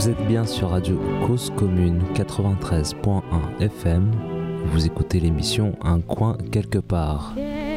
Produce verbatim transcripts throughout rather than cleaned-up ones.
Vous êtes bien sur Radio Cause Commune quatre-vingt-treize point un F M. Vous écoutez l'émission Un coin quelque part.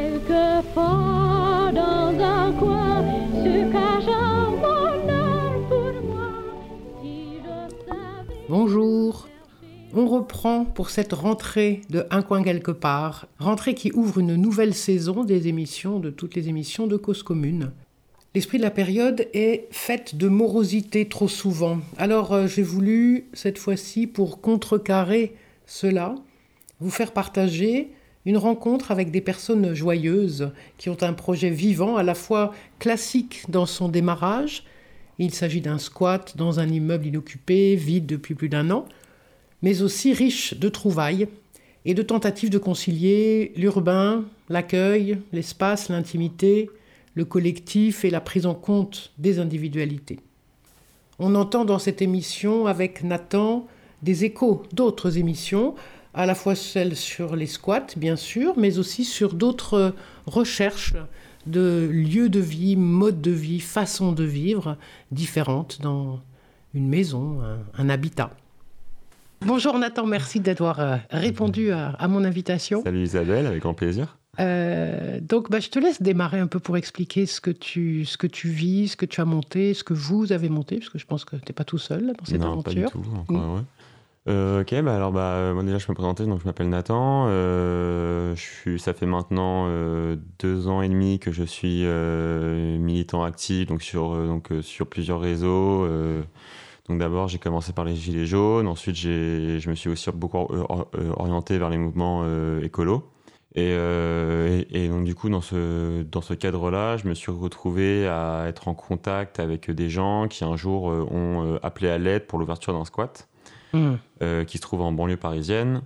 Quelquefois dans un coin se cache un bonheur pour moi. Si je savais... Bonjour. On reprend pour cette rentrée de Un coin quelque part, rentrée qui ouvre une nouvelle saison des émissions, de toutes les émissions de Cause Commune. L'esprit de la période est fait de morosité trop souvent. Alors euh, j'ai voulu, cette fois-ci, pour contrecarrer cela, vous faire partager une rencontre avec des personnes joyeuses qui ont un projet vivant, à la fois classique dans son démarrage. Il s'agit d'un squat dans un immeuble inoccupé, vide depuis plus d'un an, mais aussi riche de trouvailles et de tentatives de concilier l'urbain, l'accueil, l'espace, l'intimité, le collectif et la prise en compte des individualités. On entend dans cette émission avec Nathan des échos d'autres émissions, à la fois celles sur les squats, bien sûr, mais aussi sur d'autres recherches de lieux de vie, modes de vie, façons de vivre différentes dans une maison, un, un habitat. Bonjour Nathan, merci d'avoir répondu à, à mon invitation. Salut Isabelle, avec grand plaisir. Euh, donc bah, je te laisse démarrer un peu pour expliquer ce que, tu, ce que tu vis, ce que tu as monté, ce que vous avez monté, parce que je pense que tu n'es pas tout seul là, dans cette non, aventure. Non, pas du tout, encore mmh. ouais. Euh, ok, bah alors bah, moi déjà je me présentais, donc je m'appelle Nathan, euh, je suis, ça fait maintenant euh, deux ans et demi que je suis euh, militant actif donc sur, euh, donc, euh, sur plusieurs réseaux. Euh, donc d'abord j'ai commencé par les Gilets jaunes, ensuite j'ai, je me suis aussi beaucoup or, euh, orienté vers les mouvements euh, écolos. Et, euh, et, et donc du coup dans ce, dans ce cadre-là, je me suis retrouvé à être en contact avec des gens qui un jour euh, ont appelé à l'aide pour l'ouverture d'un squat. Mmh. Euh, qui se trouve en banlieue parisienne.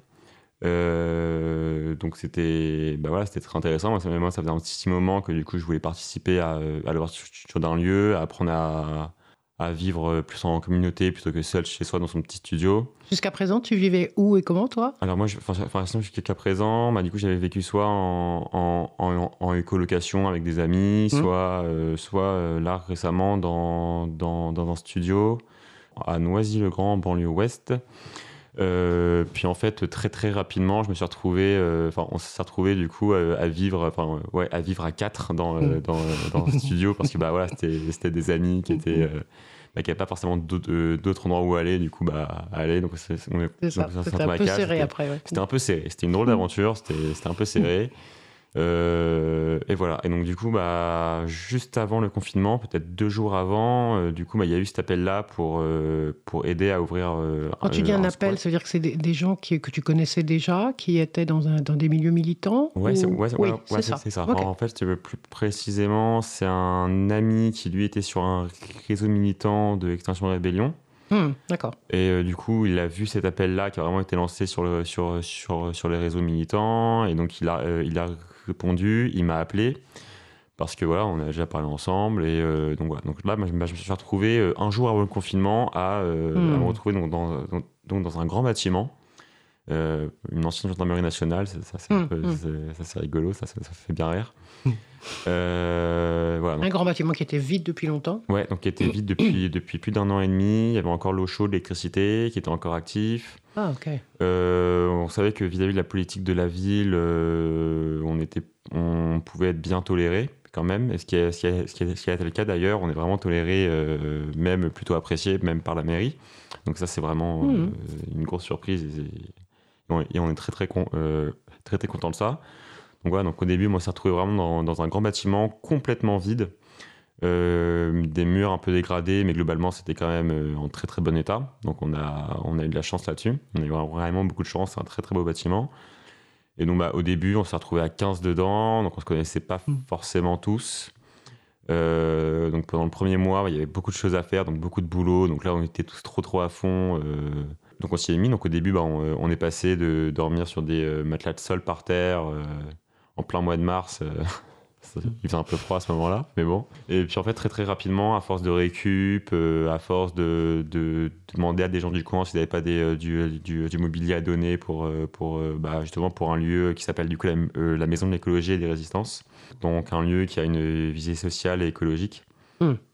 Euh, donc c'était, bah voilà, c'était très intéressant. Moi ça, moi, ça faisait un petit moment que du coup je voulais participer à, à l'ouverture d'un lieu, à apprendre à, à vivre plus en communauté plutôt que seul chez soi dans son petit studio. Jusqu'à présent, tu vivais où et comment, toi ? Alors moi, je, enfin, enfin, jusqu'à présent, bah, du coup, j'avais vécu soit en, en, en, en écolocation avec des amis, mmh. soit, euh, soit euh, là récemment dans, dans, dans un studio à Noisy-le-Grand, en banlieue ouest. Euh, puis en fait, très très rapidement, je me suis retrouvé, enfin, euh, on s'est retrouvé du coup à, à vivre, enfin, ouais, à vivre à quatre dans euh, dans, dans un studio parce que bah voilà, c'était c'était des amis qui étaient, euh, bah, qui n'avaient pas forcément d'autres, euh, d'autres endroits où aller, du coup bah aller, donc c'est, on est, c'est ça, donc, c'était un peu serré c'était, après. Ouais. C'était un peu serré, c'était une drôle d'aventure, c'était c'était un peu serré. Euh, et voilà, et donc du coup bah, juste avant le confinement, peut-être deux jours avant, euh, du coup bah, il y a eu cet appel là pour, euh, pour aider à ouvrir euh, quand tu dis un, un appel, squat. Ça veut dire que c'est des, des gens qui, que tu connaissais déjà, qui étaient dans, un, dans des milieux militants ouais, ou... c'est, ouais, oui, ouais, c'est, ouais, ça. c'est, c'est ça. Okay. Alors, en fait, plus précisément, c'est un ami qui lui était sur un réseau militant de Extinction Rébellion. Mmh, d'accord. Et euh, du coup, il a vu cet appel-là qui a vraiment été lancé sur, le, sur, sur, sur les réseaux militants. Et donc, il a, euh, il a répondu, il m'a appelé. Parce que voilà, on a déjà parlé ensemble. Et euh, donc, voilà. Donc là, moi, je me suis retrouvé euh, un jour avant le confinement à, euh, mmh. à me retrouver donc, dans, donc, donc, dans un grand bâtiment. Euh, une ancienne gendarmerie nationale, ça, ça, c'est, un peu, mmh. c'est, ça c'est rigolo, ça, ça, ça fait bien rire. Mmh. Euh, voilà, donc, un grand bâtiment qui était vide depuis longtemps. Ouais, donc qui était vide depuis, depuis plus d'un an et demi. Il y avait encore l'eau chaude, l'électricité, qui était encore actif. Ah, ok. Euh, on savait que vis-à-vis de la politique de la ville, euh, on, était, on pouvait être bien toléré quand même. Et ce qui a, ce qui a, ce qui a, ce qui a été le cas d'ailleurs, on est vraiment toléré, euh, même plutôt apprécié, même par la mairie. Donc ça, c'est vraiment mmh. euh, une grosse surprise. Et, et on est très très, con, euh, très, très content de ça. Donc voilà, donc au début, moi, on s'est retrouvé vraiment dans, dans un grand bâtiment complètement vide, euh, des murs un peu dégradés, mais globalement, c'était quand même euh, en très très bon état. Donc on a, on a eu de la chance là-dessus. On a eu vraiment beaucoup de chance, c'est un très très beau bâtiment. Et donc bah, au début, on s'est retrouvé à quinze dedans, donc on ne se connaissait pas forcément tous. Euh, donc pendant le premier mois, il y avait beaucoup de choses à faire, donc beaucoup de boulot. Donc là, on était tous trop trop à fond. Euh, donc on s'y est mis. Donc au début, bah, on, on est passé de dormir sur des euh, matelas de sol par terre euh, en plein mois de mars. Euh, il faisait un peu froid à ce moment-là, mais bon. Et puis en fait, très très rapidement, à force de récup, euh, à force de, de, de demander à des gens du coin s'ils n'avaient pas des, euh, du, du, du mobilier à donner pour, euh, pour, euh, bah, justement pour un lieu qui s'appelle du coup la, euh, la Maison de l'écologie et des résistances. Donc un lieu qui a une visée sociale et écologique. Mmh.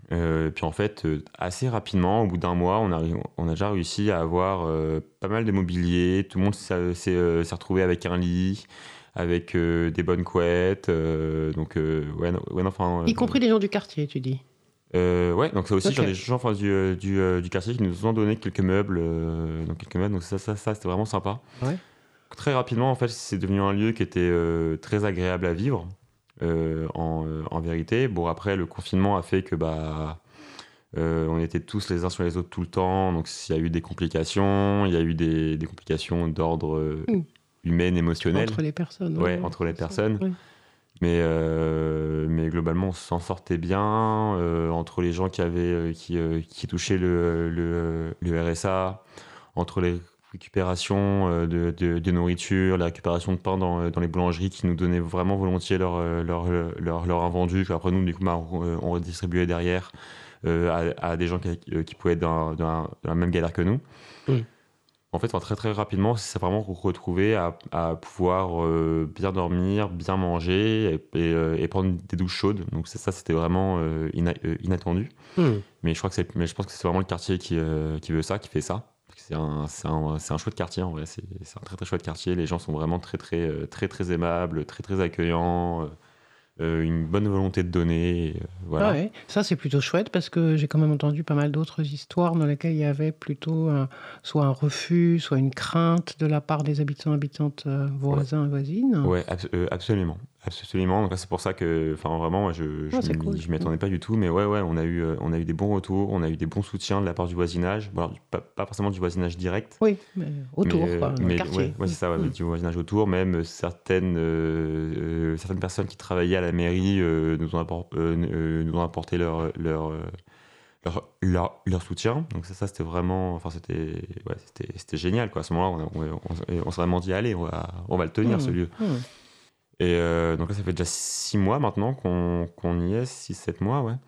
Euh, puis en fait, euh, assez rapidement, au bout d'un mois, on a, on a déjà réussi à avoir euh, pas mal de mobilier. Tout le monde s'est, s'est, euh, s'est retrouvé avec un lit, avec euh, des bonnes couettes. euh, donc, euh, ouais, non, ouais, non, enfin. Y euh, compris les gens du quartier, tu dis. euh, ouais, donc ça aussi, Ok. j'ai des gens enfin, du, euh, du, euh, du quartier qui nous ont donné quelques meubles. euh, donc, quelques meubles donc ça, ça, ça, c'était vraiment sympa. Ouais. Très rapidement, en fait, c'est devenu un lieu qui était euh, très agréable à vivre, euh, en, euh, en vérité. Bon, après, le confinement a fait que bah, euh, on était tous les uns sur les autres tout le temps, donc il y a eu des complications, il y a eu des, des complications d'ordre euh, Mm. humain, émotionnel, Entre les personnes. ouais, entre les c'est ça. personnes. Ouais. Mais, euh, mais globalement, on s'en sortait bien, euh, entre les gens qui, avaient, euh, qui, euh, qui touchaient le, le, le R S A, entre les récupérations euh, de, de, de nourriture, la récupération de pain dans, dans les boulangeries qui nous donnaient vraiment volontiers leur, euh, leur, leur, leur invendu, qu'après nous, du coup, bah, on, on redistribuait derrière euh, à, à des gens qui, qui pouvaient être dans, dans, dans la même galère que nous. Mm. En fait, enfin, très très rapidement, c'est vraiment retrouver à, à pouvoir euh, bien dormir, bien manger et, et, euh, et prendre des douches chaudes. Donc ça, ça c'était vraiment euh, ina- euh, inattendu. Mm. Mais je crois que c'est, mais je pense que c'est vraiment le quartier qui, euh, qui veut ça, qui fait ça. Parce que C'est un, c'est un, c'est un chouette quartier en vrai. C'est, c'est un très très chouette quartier. Les gens sont vraiment très très euh, très très aimables, très très accueillants. euh, euh, une bonne volonté de donner. et, euh, voilà. Ah ouais. Ça, c'est plutôt chouette parce que j'ai quand même entendu pas mal d'autres histoires dans lesquelles il y avait plutôt un- soit un refus, soit une crainte de la part des habitants, habitantes, euh, voisins, voisines. Ouais, abs- euh, absolument. Absolument. Donc là, c'est pour ça que, enfin, vraiment, moi, je, je Ah, c'est m'y, cool. je m'y attendais pas du tout. Mais ouais, ouais, on a eu, euh, on a eu des bons retours, on a eu des bons soutiens de la part du voisinage. Bon, alors, du- pas, pas forcément du voisinage direct. Oui, mais autour, mais, euh, quoi, dans mais le quartier. ouais, ouais, c'est ça, ouais, Mm. du voisinage autour. Même certaines, euh, euh, certaines personnes qui travaillaient à la mairie euh, nous, ont appor- euh, euh, nous ont apporté leur, leur, euh, leur, leur, leur soutien. Donc ça, ça c'était vraiment, enfin, c'était, ouais, c'était, c'était génial, quoi. À ce moment-là, on, a- on, on, on s'est vraiment dit, allez, on va, on va le tenir, Mm. ce lieu. Mm. Et euh, donc là, ça fait déjà six mois maintenant qu'on, qu'on y est, six sept mois, ouais.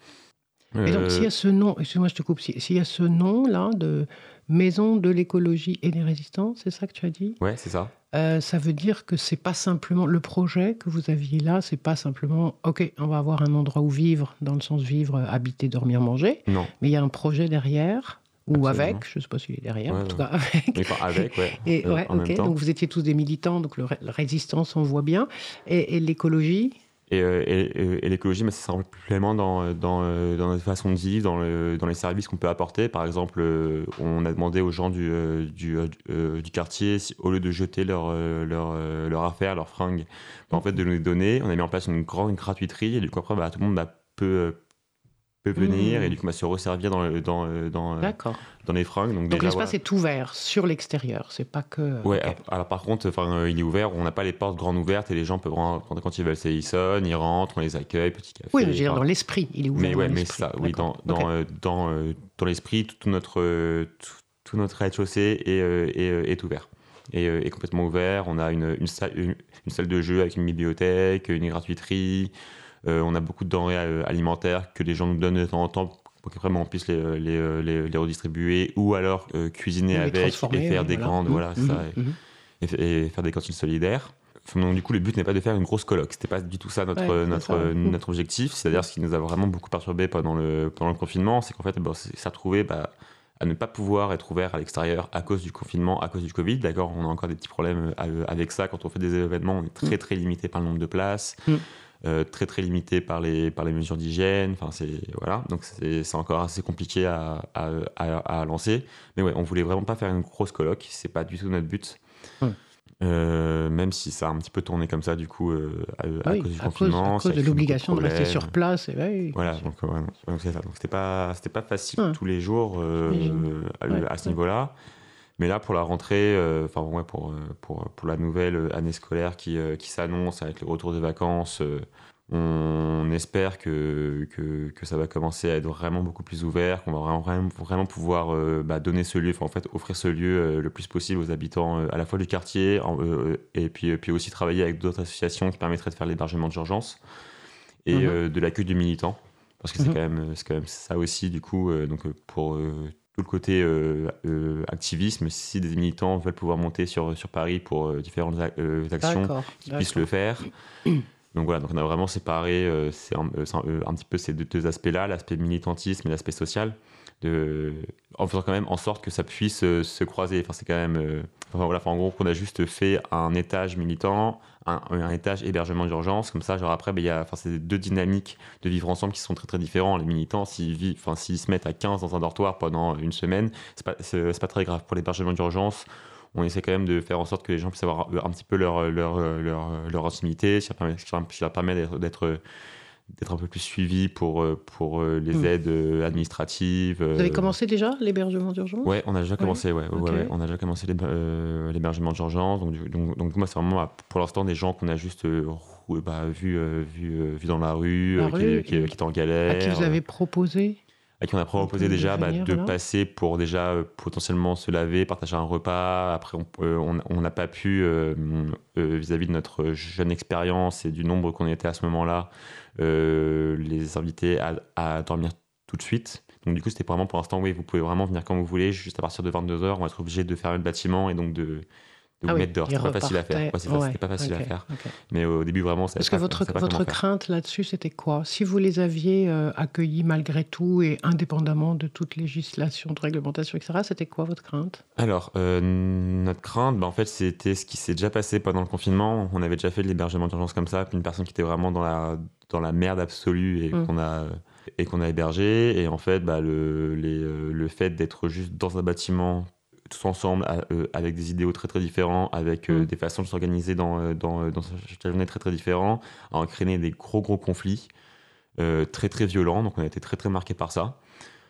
Et donc, Euh, s'il y a ce nom, excuse-moi, je te coupe, si- s'il y a ce nom-là de Maison de l'écologie et des résistances, c'est ça que tu as dit? ouais, c'est ça. Euh, ça veut dire que c'est pas simplement le projet que vous aviez là, c'est pas simplement ok, on va avoir un endroit où vivre, dans le sens vivre, euh, habiter, dormir, manger, Non. mais il y a un projet derrière ou Absolument. avec, je sais pas s'il est derrière, Ouais, en tout ouais. cas avec. Mais enfin, avec, ouais. Et euh, ouais, en ok. même temps. Donc vous étiez tous des militants, donc le, ré- la résistance, on voit bien, et, et l'écologie. Et, euh, et, et- et l'écologie, mais c'est simplement dans, dans, euh, dans notre façon de vivre, dans, le, dans les services qu'on peut apporter. Par exemple, euh, on a demandé aux gens du, euh, du, euh, du quartier, si, au lieu de jeter leurs euh, leur, euh, leur affaires, leurs fringues, bah, en fait, de nous les donner. On a mis en place une grande gratuiterie, et du coup, après, bah, tout le monde bah, peut, euh, peut venir, Mmh. et du coup, bah, se resservir dans, le- dans, euh, dans, euh, D'accord. dans les fringues. Donc, Donc déjà, l'espace voilà. est ouvert sur l'extérieur, c'est pas que. Ouais, ok. alors, alors, par contre, enfin, euh, il est ouvert, on n'a pas les portes grandes ouvertes et les gens peuvent rentrer quand ils veulent, c'est ils sonnent, ils rentrent, on les accueille, petit café. Oui, mais je veux dire, enfin, dans l'esprit, il est ouvert. mais ouais, dans mais l'esprit. ça, oui, dans, D'accord. dans, Ok. euh, dans, euh, dans l'esprit, tout, tout notre, euh, tout, tout notre rez-de-chaussée est, euh, est, euh, est ouvert. Et euh, est complètement ouvert. On a une, une, salle, une, une salle de jeu avec une bibliothèque, une gratuiterie. Euh, on a beaucoup de denrées euh, alimentaires que les gens nous donnent de temps en temps pour qu'après on puisse les, les, les, les redistribuer ou alors euh, cuisiner Ou les avec et transformer, faire oui, des voilà. grandes, Mmh, voilà, mmh, ça, mmh. et, et, et faire des cantines solidaires. Enfin, donc, du coup, le but n'est pas de faire une grosse colloque. C'était pas du tout ça notre, Ouais, c'est notre, ça, ouais. notre objectif. C'est-à-dire ce qui nous a vraiment beaucoup perturbé pendant le, pendant le confinement, c'est qu'en fait, bah, c'est s'est retrouvé bah, à ne pas pouvoir être ouvert à l'extérieur à cause du confinement, à cause du Covid. D'accord, on a encore des petits problèmes avec ça. Quand on fait des événements, on est très très limité par le nombre de places, Mm. euh, très très limité par les, par les mesures d'hygiène. Enfin, c'est voilà, donc c'est c'est encore assez compliqué à, à, à, à lancer. Mais ouais, on voulait vraiment pas faire une grosse colloque. C'est pas du tout notre but. Mm. Euh, même si ça a un petit peu tourné comme ça du coup euh, à, à Oui, cause du à cause, confinement, à ça a cause de créé l'obligation de beaucoup rester problèmes. sur place. Et oui, Voilà, bien sûr. donc, ouais, donc c'est ça. Donc c'était pas, c'était pas facile Ouais. tous les jours euh, J'imagine. à, Ouais, à ce ouais. niveau-là. Mais là, pour la rentrée, euh, enfin ouais, pour, euh, pour, pour la nouvelle année scolaire qui, euh, qui s'annonce avec le retour des vacances, euh, on espère que, que, que ça va commencer à être vraiment beaucoup plus ouvert, qu'on va vraiment, vraiment, vraiment pouvoir euh, bah, donner ce lieu, enfin en fait offrir ce lieu euh, le plus possible aux habitants euh, à la fois du quartier en, euh, et puis, puis aussi travailler avec d'autres associations qui permettraient de faire l'hébergement d'urgence et Mhm. euh, de l'accueil du militant. Parce que c'est Mhm. quand même, c'est quand même ça aussi, du coup, euh, donc, euh, pour euh, tout le côté euh, euh, activisme, si des militants veulent pouvoir monter sur, sur Paris pour euh, différentes a- euh, actions, D'accord. qu'ils puissent d'accord. le faire. Donc voilà, donc on a vraiment séparé euh, c'est un, euh, c'est un, euh, un petit peu ces deux, deux aspects-là, l'aspect militantisme et l'aspect social, de, en faisant quand même en sorte que ça puisse euh, se croiser. Enfin, c'est quand même, euh, enfin, voilà, enfin, en gros, qu'on a juste fait un étage militant, un, un étage hébergement d'urgence, comme ça, genre après, ben, y a, enfin, c'est deux dynamiques de vivre ensemble qui sont très très différents. Les militants, s'ils vivent, enfin, s'ils se mettent à quinze dans un dortoir pendant une semaine, c'est pas, c'est, c'est pas très grave. Pour l'hébergement d'urgence, on essaie quand même de faire en sorte que les gens puissent avoir un petit peu leur, leur, leur, leur intimité, ce qui leur permet, ce qui leur permet d'être, d'être, d'être un peu plus suivis pour, pour les Mmh. aides administratives. Vous avez commencé déjà l'hébergement d'urgence ? Ouais, on a déjà commencé, ouais, ouais, Ok. ouais, on a déjà commencé l'héber- euh, l'hébergement d'urgence. Donc, du- donc, donc moi, c'est vraiment pour l'instant des gens qu'on a juste euh, rou- bah, vu, euh, vu, euh, vu dans la rue, La euh, rue, qui, qui, et qui étaient en galère. À qui vous avez proposé ? À qui on a proposé On peut déjà bah, venir, de voilà. passer pour déjà euh, potentiellement se laver, partager un repas. Après, on euh, on- on n'a pas pu, euh, euh, vis-à-vis de notre jeune expérience et du nombre qu'on était à ce moment-là, euh, les inviter à, à dormir tout de suite. Donc du coup, c'était vraiment pour l'instant, oui, vous pouvez vraiment venir quand vous voulez, juste à partir de vingt-deux heures, on va être obligé de fermer le bâtiment et donc de, de vous Ah oui, mettre dehors. ils C'était pas facile à faire. repartaient. Ouais, c'est pas- Ouais, c'était pas facile ok, à faire. ok. Mais au début, vraiment, ça Parce que votre, votre crainte là-dessus, c'était quoi ? Si vous les aviez euh, accueillis malgré tout et indépendamment de toute législation, de réglementation, et cetera, c'était quoi votre crainte ? Alors, euh, notre crainte, bah, en fait, c'était ce qui s'est déjà passé pendant le confinement. On avait déjà fait de l'hébergement d'urgence comme ça, puis une personne qui était vraiment dans la, dans la merde absolue et Mm. qu'on a, et qu'on a hébergé. Et en fait, bah, le, les, euh, le fait d'être juste dans un bâtiment, tous ensemble, à- euh, avec des idéaux très très différents, avec euh, Mm. des façons de s'organiser dans, euh, dans, euh, dans chaque journée très très différents, a entraîné des gros gros conflits, euh, très très violents. Donc on a été très très marqués par ça.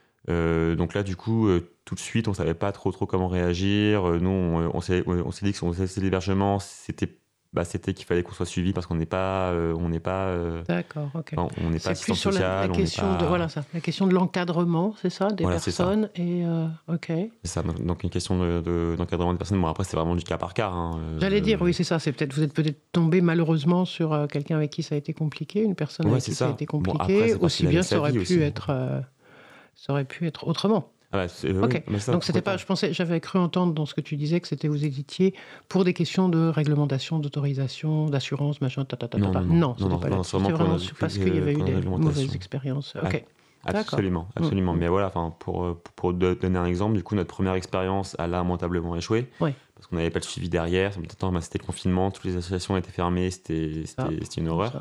Euh, donc là, du coup, euh, tout de suite, on savait pas trop trop comment réagir. Euh, nous, on, on s'est, on s'est dit que si on faisait l'hébergement, c'était, bah, c'était qu'il fallait qu'on soit suivi parce qu'on n'est pas, euh, on n'est pas, euh, D'accord, ok. enfin, on n'est pas C'est plus assistant sur la, la social, on n'est question pas- de voilà ça, la question de l'encadrement, c'est ça, des Voilà, c'est ça. personnes et euh, ok. C'est ça. Donc, donc une question de, de- d'encadrement des personnes. Bon, après, c'est vraiment du cas par cas. Hein. Euh, J'allais dire oui, c'est ça. C'est peut-être vous êtes peut-être tombé malheureusement sur euh, quelqu'un avec qui ça a été compliqué, une personne Ouais, avec c'est qui ça a ça. été Bon, compliqué. après, c'est parce Aussi qu'il bien avait sa ça aurait vie pu aussi. être, euh, ça aurait pu être autrement. Ah bah, c'est- oui, Ok. mais ça, Donc c'était pourquoi pas, je pensais, j'avais cru entendre dans ce que tu disais que c'était vous éditiez pour des questions de réglementation, d'autorisation, d'assurance, machin, ta ta ta ta. Non, ta. non, non. Non, Non, c'était non, pas non, là-dessus. c'est vraiment C'était pour vraiment la- parce euh, qu'il y avait eu pour la des réglementation. mauvaises expériences. Ah, Ok. Absolument, absolument. Mm. Mais voilà, enfin, pour, euh, pour de- donner un exemple, du coup, notre première expérience a lamentablement échoué. Ouais. Parce qu'on n'avait pas de suivi derrière. En même temps, bah, c'était le confinement, toutes les associations étaient fermées, c'était, Ah, c'était, c'était une horreur. Ça.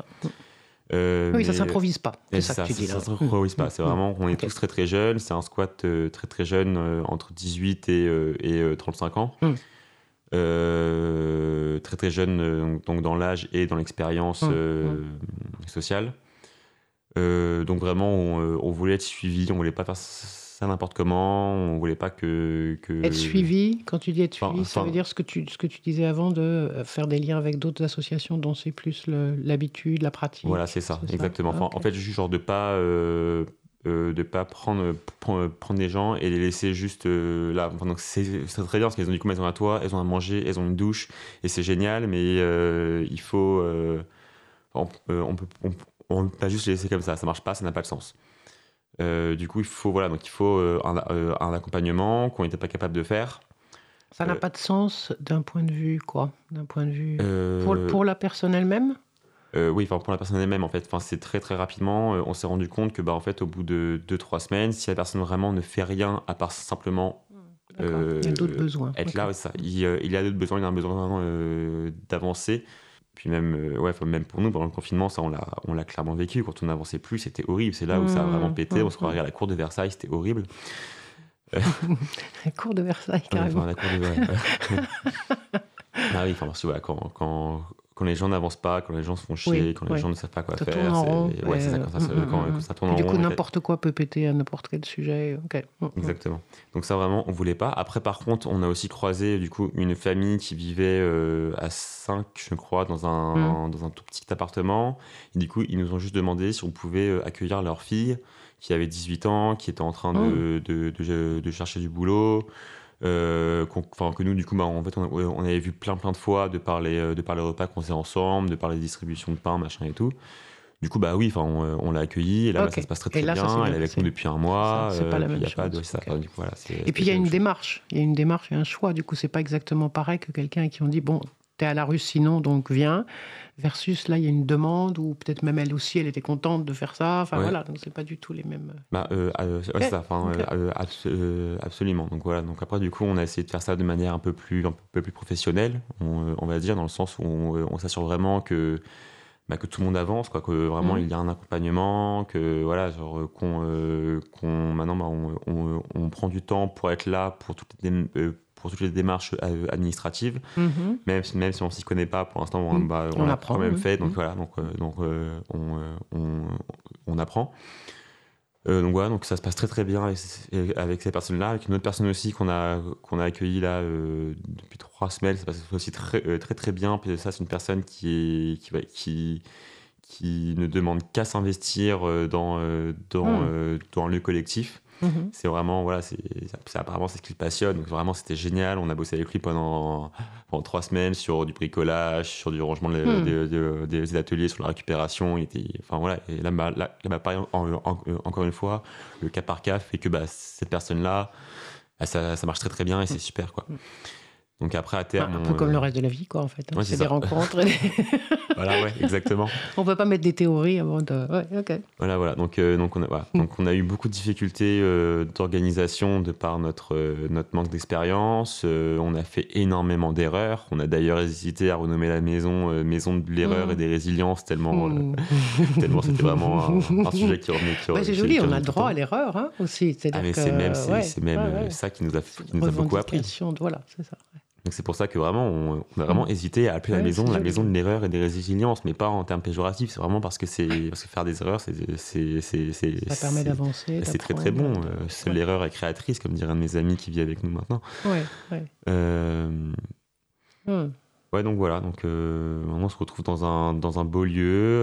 Euh, Oui, ça mais- s'improvise pas. Et C'est ça, que tu dis ça, là. ça s'improvise pas. C'est Mm. vraiment, on est Ok. tous très très jeunes. C'est un squat euh, très très jeune, euh, entre dix-huit et, euh, et euh, trente-cinq ans. Mm. Euh, très très jeune, euh, donc, donc dans l'âge et dans l'expérience Mm. euh, sociale. Euh, donc vraiment, on, euh, on voulait être suivi. On voulait pas faire ça n'importe comment. On voulait pas que, que... Être suivi, quand tu dis être Enfin, suivi, ça enfin- veut dire ce que, tu, ce que tu disais avant de euh, faire des liens avec d'autres associations dont c'est plus le- l'habitude, la pratique. Voilà, c'est ça, c'est ça exactement. Enfin, Ok. En fait, juste genre de pas, euh, euh, de pas prendre, prendre, prendre des gens et les laisser juste euh, là. Enfin, donc c'est, c'est très bien parce qu'elles ont du coup, elles ont un toit, elles ont à manger, elles ont une douche et c'est génial. Mais euh, il faut, euh, on, euh, on peut, on, on peut pas juste les laisser comme ça. Ça marche pas, ça n'a pas de sens. Euh, du coup, il faut voilà, donc il faut euh, un, euh, un accompagnement qu'on n'était pas capable de faire. Ça n'a euh, pas de sens d'un point de vue quoi D'un point de vue Euh, pour, pour la personne elle-même. Euh, oui, enfin pour la personne elle-même en fait, enfin c'est très très rapidement, euh, on s'est rendu compte que bah en fait au bout de deux trois semaines, si la personne vraiment ne fait rien à part simplement D'accord. euh, Il y a d'autres besoins. être Ok. là, ouais, ça, il, euh, il a d'autres besoins, il a un besoin euh, d'avancer. Puis même, euh, ouais, enfin, même pour nous pendant le confinement, ça on l'a, on l'a clairement vécu. Quand on n'avançait plus, c'était horrible. C'est là où ça a Mmh, vraiment pété. mmh, On se croirait à la cour de Versailles, c'était horrible. La cour de Versailles, Ouais, carrément. enfin, la cour de ouais. Ah oui, enfin parce que, voilà, quand, quand, quand les gens n'avancent pas, quand les gens se font chier, Oui, quand les oui. gens ne savent pas quoi Ça faire, tourne en c'est, rond. ouais, et, c'est ça, quand ça, se- euh, quand, mm, quand ça tourne et en du rond. coup, en fait. n'importe quoi peut péter à n'importe quel sujet. Ok. Mm, mm. Exactement. Donc ça vraiment, on voulait pas. Après, par contre, on a aussi croisé du coup une famille qui vivait euh, à cinq, je crois, dans un Mm. dans un tout petit appartement. Et du coup, ils nous ont juste demandé si on pouvait euh, accueillir leur fille qui avait dix-huit ans, qui était en train de de, de, de chercher du boulot. Euh, qu'on- enfin, que nous du coup bah, en fait on, a- on avait vu plein plein de fois de par les, de par les repas qu'on faisait ensemble, de par les distributions de pain machin et tout. Du coup bah oui, enfin on, on l'a accueillie et là bah, Ok. ça se passe très Et très là, ça bien. s'est bien Elle est avec passé. nous depuis un mois. Ça, c'est pas la puis même y a pas de chose. ça, Ok. enfin, du coup, voilà, c'est- Et puis il y a c'est une autre chose. démarche. Il y a une démarche et un choix. Du coup, c'est pas exactement pareil que quelqu'un qui ont dit bon, t'es à la rue sinon, donc viens. Versus là, il y a une demande, ou peut-être même elle aussi, elle était contente de faire ça. Enfin Ouais. voilà, donc c'est pas du tout les mêmes. Bah, euh, euh, ouais, Ok, c'est ça, enfin, ok. euh, euh, abs- euh, absolument. Donc voilà. Donc après, du coup, on a essayé de faire ça de manière un peu plus, un peu plus professionnelle, on, euh, on va dire, dans le sens où on, euh, on s'assure vraiment que, bah, que tout le monde avance, quoi, que vraiment Mhm. il y a un accompagnement, que voilà, genre euh, qu'on, euh, qu'on maintenant, bah, on, on, on prend du temps pour être là pour toutes les, dém- euh, pour toutes les démarches euh, administratives. Mhm. Même, si- même si on s'y connaît pas, pour l'instant, on, Mm. bah, on On l'a apprend, quand même oui. fait. Donc Mm. voilà, donc, euh, donc euh, on, euh, on, on apprend. Euh, donc voilà, donc ça se passe très très bien avec, avec ces personnes-là, avec une autre personne aussi qu'on a qu'on a accueillie là euh, depuis trois semaines. Ça passe aussi très euh, très très bien. Puis ça, c'est une personne qui est qui va qui qui ne demande qu'à s'investir euh, dans euh, dans Mm. euh, dans un lieu collectif. Mhm. C'est vraiment, voilà, c'est, c'est apparemment c'est ce qui le passionne. Donc vraiment, c'était génial. On a bossé avec lui pendant, pendant trois semaines sur du bricolage, sur du rangement de- Hmm. de- de- des ateliers, sur la récupération. Il était, enfin voilà. Et là, bah, là, là, bah, pareil, en- en- encore une fois, le cas par cas fait que bah, cette personne-là, bah, ça, ça marche très très bien et c'est super, quoi. Donc après, à terme, Un on, peu comme euh, le reste de la vie, quoi, en fait. hein. Ouais, c'est c'est des ça. rencontres. et des- voilà, ouais, exactement. On peut pas mettre des théories avant de. Ouais, ok. Voilà, voilà. Donc, euh, donc, on a, voilà. donc, on a eu beaucoup de difficultés euh, d'organisation de par notre, euh, notre manque d'expérience. Euh, on a fait énormément d'erreurs. On a d'ailleurs hésité à renommer la maison euh, Maison de l'erreur Mm. et des résiliences, tellement, Hmm. euh, tellement c'était vraiment un, un sujet qui revenait. Qui, Ouais, c'est qui- joli, qui on revenait a le tout le droit temps. à l'erreur hein, aussi. C'est-à-dire Ah, mais que, c'est même, c'est, ouais, c'est même ouais, euh, ouais. ça qui nous a, C'est qui une nous a beaucoup appris. revendication de- Voilà, c'est ça. ouais. Donc c'est pour ça que vraiment, on, on a vraiment Mm. hésité à appeler la Ouais, maison c'est la joli. maison de l'erreur et des résiliences, mais pas en termes péjoratifs. C'est vraiment parce que c'est parce que faire des erreurs, c'est c'est c'est c'est Ça permet c'est- d'avancer. c'est très très bon. d'apprendre, Euh, de- c'est ouais. l'erreur est créatrice, comme dirait un de mes amis qui vit avec nous maintenant. Ouais, ouais. Euh, Hmm. ouais, donc voilà. Donc euh, maintenant, on se retrouve dans un dans un beau lieu.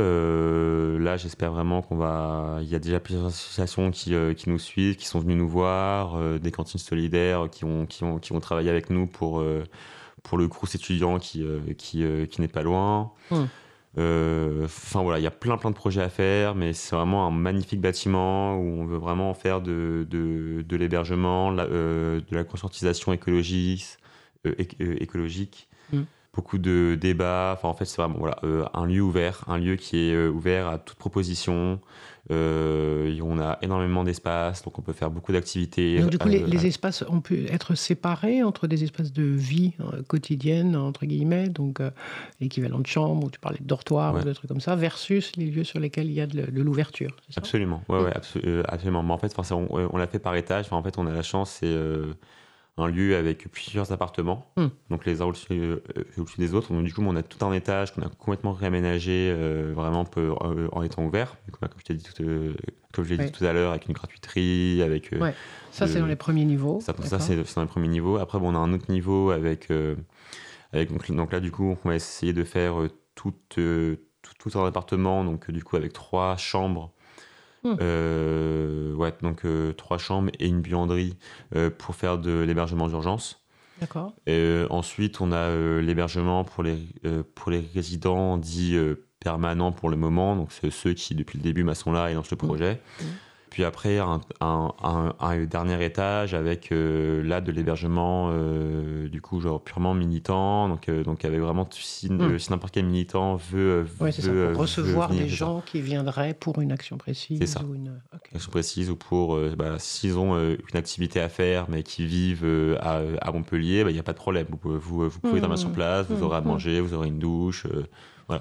Euh, là, j'espère vraiment qu'on va. Il y a déjà plusieurs associations qui euh, qui nous suivent, qui sont venues nous voir, euh, des cantines solidaires qui ont qui ont qui ont travaillé avec nous pour euh, pour le Crous étudiant qui euh, qui euh, qui n'est pas loin. Hmm. Euh, Enfin voilà, il y a plein plein de projets à faire, mais c'est vraiment un magnifique bâtiment où on veut vraiment faire de, de, de l'hébergement, la- euh, de la conscientisation écologique, euh, éc- euh, écologique. Mm. Beaucoup de débats. Enfin en fait c'est vraiment voilà euh, un lieu ouvert, un lieu qui est euh, ouvert à toute proposition. Euh, et on a énormément d'espace, donc on peut faire beaucoup d'activités. Donc, du coup, les, Euh, les espaces ont pu être séparés entre des espaces de vie euh, quotidienne, entre guillemets, donc euh, l'équivalent de chambre, où tu parlais de dortoir Ouais. ou de trucs comme ça, versus les lieux sur lesquels il y a de, de l'ouverture. c'est ça Absolument, ouais, ouais, abso- euh, absolument. Mais en fait, enfin, c'est- on, on l'a fait par étage. Enfin, en fait, on a la chance, c'est euh, un lieu avec plusieurs appartements, Hmm. donc les uns au-dessus, euh, au-dessus des autres. Donc, du coup, on a tout un étage qu'on a complètement réaménagé, euh, vraiment peu- euh, en étant ouvert. Donc, comme je t'ai dit, tout, euh, comme je l'ai Ouais. dit tout à l'heure, avec une gratuiterie, avec. euh, Ouais. Ça, de- c'est dans les premiers niveaux. Ça, ça, d'accord. c'est c'est dans le premier niveau. Après, bon, on a un autre niveau avec. euh, avec donc, donc là, du coup, on va essayer de faire euh, tout, euh, tout, tout un appartement, donc euh, du coup, avec trois chambres. Hmm. Euh, ouais, donc euh, trois chambres et une buanderie euh, pour faire de l'hébergement d'urgence. D'accord. Euh, ensuite, on a euh, l'hébergement pour les, euh, pour les résidents dits euh, permanents pour le moment, donc c'est ceux qui, depuis le début, bah, sont là et lancent le projet. Mhm. Puis après, un, un, un- un dernier étage avec euh, là de l'hébergement, euh, du coup, genre purement militant, donc, euh, donc avec vraiment, si, Mhm. euh, si n'importe quel militant veut. euh, Ouais, c'est ça, veut, euh, pour veut recevoir venir, des c'est ça. gens qui viendraient pour une action précise. C'est ça. Ou une... ok. Action précise ou pour euh, bah, s'ils ont euh, une activité à faire mais qui vivent euh, à, à Montpellier, il n'y a pas de problème. Vous, pouvez- vous, vous pouvez Mmh. dormir sur place, vous aurez à Mmh. manger, vous aurez une douche, euh, voilà.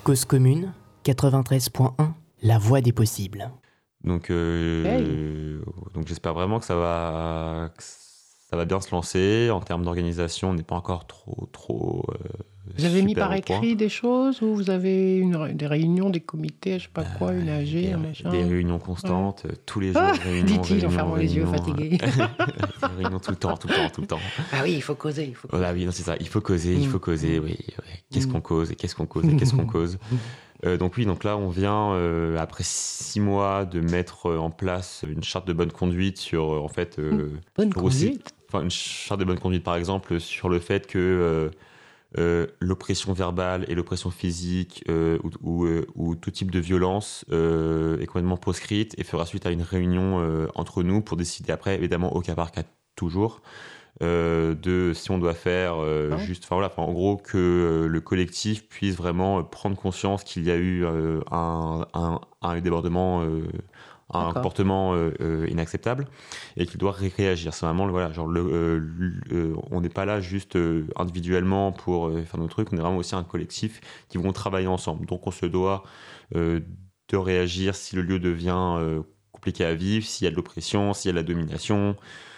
Cause commune, quatre-vingt-treize point un, la voie des possibles. Donc, euh, Hey. euh, donc j'espère vraiment que ça va, que ça va bien se lancer. En termes d'organisation, on n'est pas encore trop, trop. euh, Vous avez mis super par au point. écrit des choses ou vous avez une, ré- des réunions, des comités, je sais pas quoi, une A G, des, un machin des réunions constantes, euh, tous les jours, Ah, réunions, dit-il en réunions, fermant les yeux, réunions, fatigué. euh, des réunions tout le temps, tout le temps, tout le temps. Ah oui, il faut causer, il faut causer. Voilà, oui, non, c'est ça. Il faut causer, il Mm. faut causer, Mm. oui. ouais. Qu'est-ce Mm. qu'on cause et qu'est-ce qu'on cause et qu'est-ce qu'on cause. Euh, donc oui, donc là, on vient, euh, après six mois, de mettre euh, en place une charte de bonne conduite sur, euh, en fait... euh, Bonne sur aussi- conduite. enfin, une charte de bonne conduite, par exemple, sur le fait que euh, euh, l'oppression verbale et l'oppression physique euh, ou, ou, euh, ou tout type de violence euh, est complètement proscrite et fera suite à une réunion euh, entre nous pour décider après, évidemment, au cas par cas, toujours, euh, de si on doit faire euh, Ah. juste, enfin voilà, enfin, en gros que euh, le collectif puisse vraiment euh, prendre conscience qu'il y a eu euh, un, un, un débordement, euh, un D'accord. comportement euh, euh, inacceptable et qu'il doit ré- réagir. C'est vraiment, voilà, genre le, euh, le- euh, on n'est pas là juste euh, individuellement pour euh, faire nos trucs, on est vraiment aussi un collectif qui vont travailler ensemble. Donc on se doit euh, de réagir si le lieu devient euh, compliqué à vivre, s'il y a de l'oppression, s'il y a de la domination.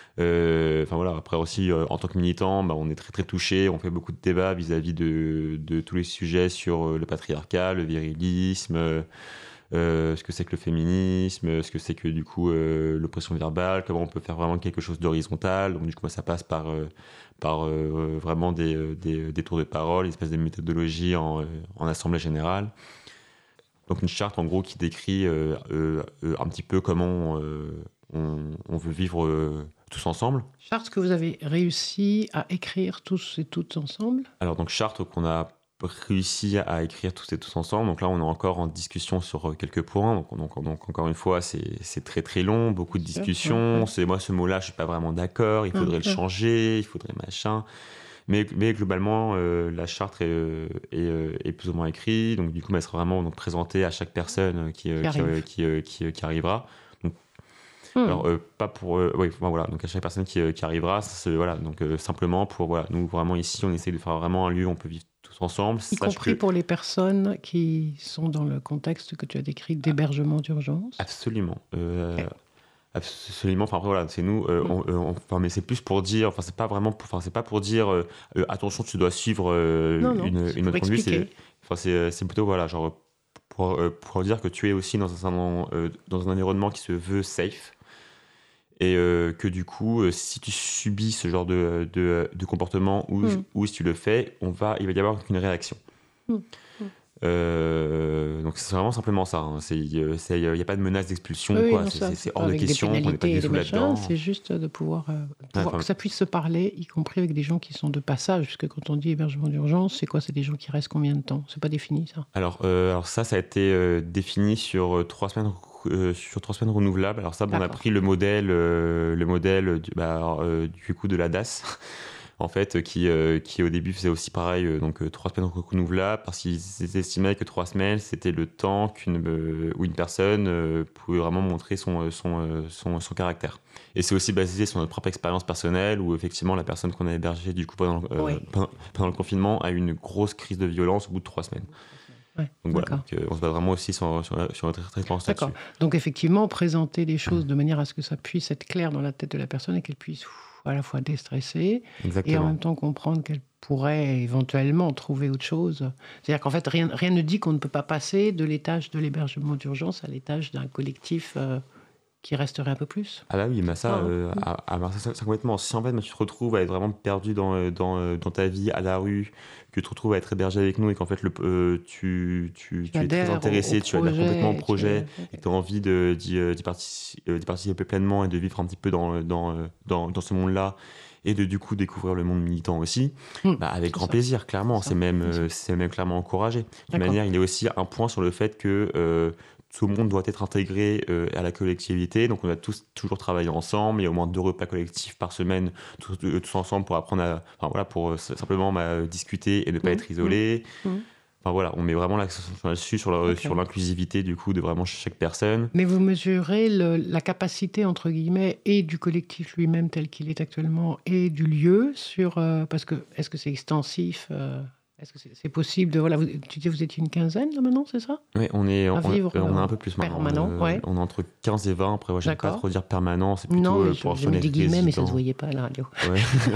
Euh, Enfin voilà, après aussi euh, en tant que militant, bah, on est très très touché, on fait beaucoup de débats vis-à-vis de, de tous les sujets sur euh, le patriarcat, le virilisme, euh, euh, ce que c'est que le féminisme, ce que c'est que du coup euh, l'oppression verbale, comment on peut faire vraiment quelque chose d'horizontal. Donc du coup ça passe par, euh, par euh, vraiment des, euh, des, des tours de parole, une espèce de méthodologie en, euh, en assemblée générale. Donc une charte en gros qui décrit euh, euh, euh, un petit peu comment euh, on, on veut vivre euh, tous ensemble. Charte que vous avez réussi à écrire tous et toutes ensemble. Alors donc charte qu'on a réussi à écrire tous et tous ensemble. Donc là on est encore en discussion sur euh, quelques points. Donc, donc, donc encore une fois c'est, c'est très très long, beaucoup de Sûr, discussions. ouais, ouais. C'est moi ce mot-là je suis pas vraiment d'accord. Il faudrait Ok. le changer, il faudrait machin. Mais, mais globalement, euh, la charte est, euh, est, euh, est plus ou moins écrite. Donc, du coup, elle sera vraiment donc, présentée à chaque personne qui, euh, Qui qui, euh, arrive. qui, euh, qui, euh, qui arrivera. Donc, Hmm. alors, euh, pas pour. Euh, oui, enfin, voilà. Donc, à chaque personne qui, euh, qui arrivera, c'est, voilà. Donc, euh, simplement pour. Voilà, nous, vraiment, ici, on essaie de faire vraiment un lieu où on peut vivre tous ensemble. Y Sache compris que- pour les personnes qui sont dans le contexte que tu as décrit d'hébergement d'urgence. Absolument. Euh, Ok. Absolument. Enfin après voilà, c'est nous. euh, on- euh, on- enfin, mais c'est plus pour dire. Enfin c'est pas vraiment. Pour, enfin c'est pas pour dire. euh, euh, attention, tu dois suivre euh, Non, non, une, c'est une pour bonne conduite. C'est, expliquer. enfin c'est, c'est plutôt voilà genre pour, euh, pour dire que tu es aussi dans un euh, dans un environnement qui se veut safe et euh, que du coup euh, si tu subis ce genre de de, de comportement ou Mm. ou si tu le fais, on va il va y avoir une réaction. Mm. Euh, donc c'est vraiment simplement ça. hein. C'est, euh, c'est, il n'y a pas de menace d'expulsion, Oui, quoi. non, c'est, ça, c'est- c'est c'est pas hors de avec des question. On n'est pas pénalités et du des tout machins, là-dedans. c'est juste de pouvoir, euh, pouvoir enfin- que ça puisse se parler, y compris avec des gens qui sont de passage, puisque quand on dit hébergement d'urgence, c'est quoi? C'est des gens qui restent combien de temps? C'est pas défini, ça? Alors, euh, alors ça, ça a été euh, défini sur euh, trois semaines, euh, sur trois semaines renouvelables. Alors ça, bon, on a D'accord. pris le modèle, euh, le modèle du, bah, alors, euh, du coup de la D A S, en fait, qui, euh, qui au début faisait aussi pareil, euh, donc euh, trois semaines renouvelables, parce qu'ils estimaient que trois semaines, c'était le temps qu'une, euh, où une personne euh, pouvait vraiment montrer son, son, euh, son, son caractère. Et c'est aussi basé sur notre propre expérience personnelle, où effectivement la personne qu'on a hébergée du coup pendant, euh, Oui. pendant, pendant le confinement a eu une grosse crise de violence au bout de trois semaines. Ouais, Donc voilà, d'accord. donc, euh, on se base vraiment aussi sur, sur, sur notre réponse D'accord. là-dessus. Donc effectivement, présenter les choses de manière à ce que ça puisse être clair dans la tête de la personne et qu'elle puisse ouf, à la fois déstresser et en Exactement. même temps comprendre qu'elle pourrait éventuellement trouver autre chose. C'est-à-dire qu'en fait, rien, rien ne dit qu'on ne peut pas passer de l'étage de l'hébergement d'urgence à l'étage d'un collectif euh, qui resterait un peu plus. Ah bah oui, mais ça, Ah, euh, à, à Marseille, ça, ça complètement. Si en fait, bah, tu te retrouves à être vraiment perdu dans, euh, dans, euh, dans ta vie, à la rue, que tu te retrouves à être hébergé avec nous et qu'en fait, le, euh, tu, tu, tu es adhères très au- intéressé, au tu adhères complètement au tu- projet ok. et que tu as envie de, d'y, euh, d'y, partici- euh, d'y participer pleinement et de vivre un petit peu dans, dans, euh, dans, dans ce monde-là et de du coup découvrir le monde militant aussi, Hmm, bah, avec c'est grand ça. plaisir, clairement. C'est C'est ça, même, bien sûr. euh, c'est même clairement encouragé. De toute D'accord. manière, il y a aussi un point sur le fait que euh, tout le monde doit être intégré euh, à la collectivité. Donc, on a tous toujours travaillé ensemble. Il y a au moins deux repas collectifs par semaine, tous, euh, tous ensemble pour apprendre à. Enfin, voilà, pour euh, simplement bah, discuter et ne pas Mhm, être isolé. mhm. Enfin, voilà, on met vraiment l'accent là-dessus, sur, la- Ok. sur l'inclusivité, du coup, de vraiment chaque personne. Mais vous mesurez le- la capacité, entre guillemets, et du collectif lui-même tel qu'il est actuellement, et du lieu sur... euh, parce que, est-ce que c'est extensif euh, Est-ce que c'est, c'est possible de... Voilà, vous, tu dis vous étiez une quinzaine là maintenant, c'est ça? Oui, on est, on, vivre, on, on euh, a un peu plus maintenant. permanent, Euh, ouais. On est entre quinze et vingt. Après, moi, j'aime pas D'accord. trop dire permanent. C'est plutôt Non, mais euh, je, pour je mets les des guillemets, mais ça résidents. se voyait pas à la radio. Ouais.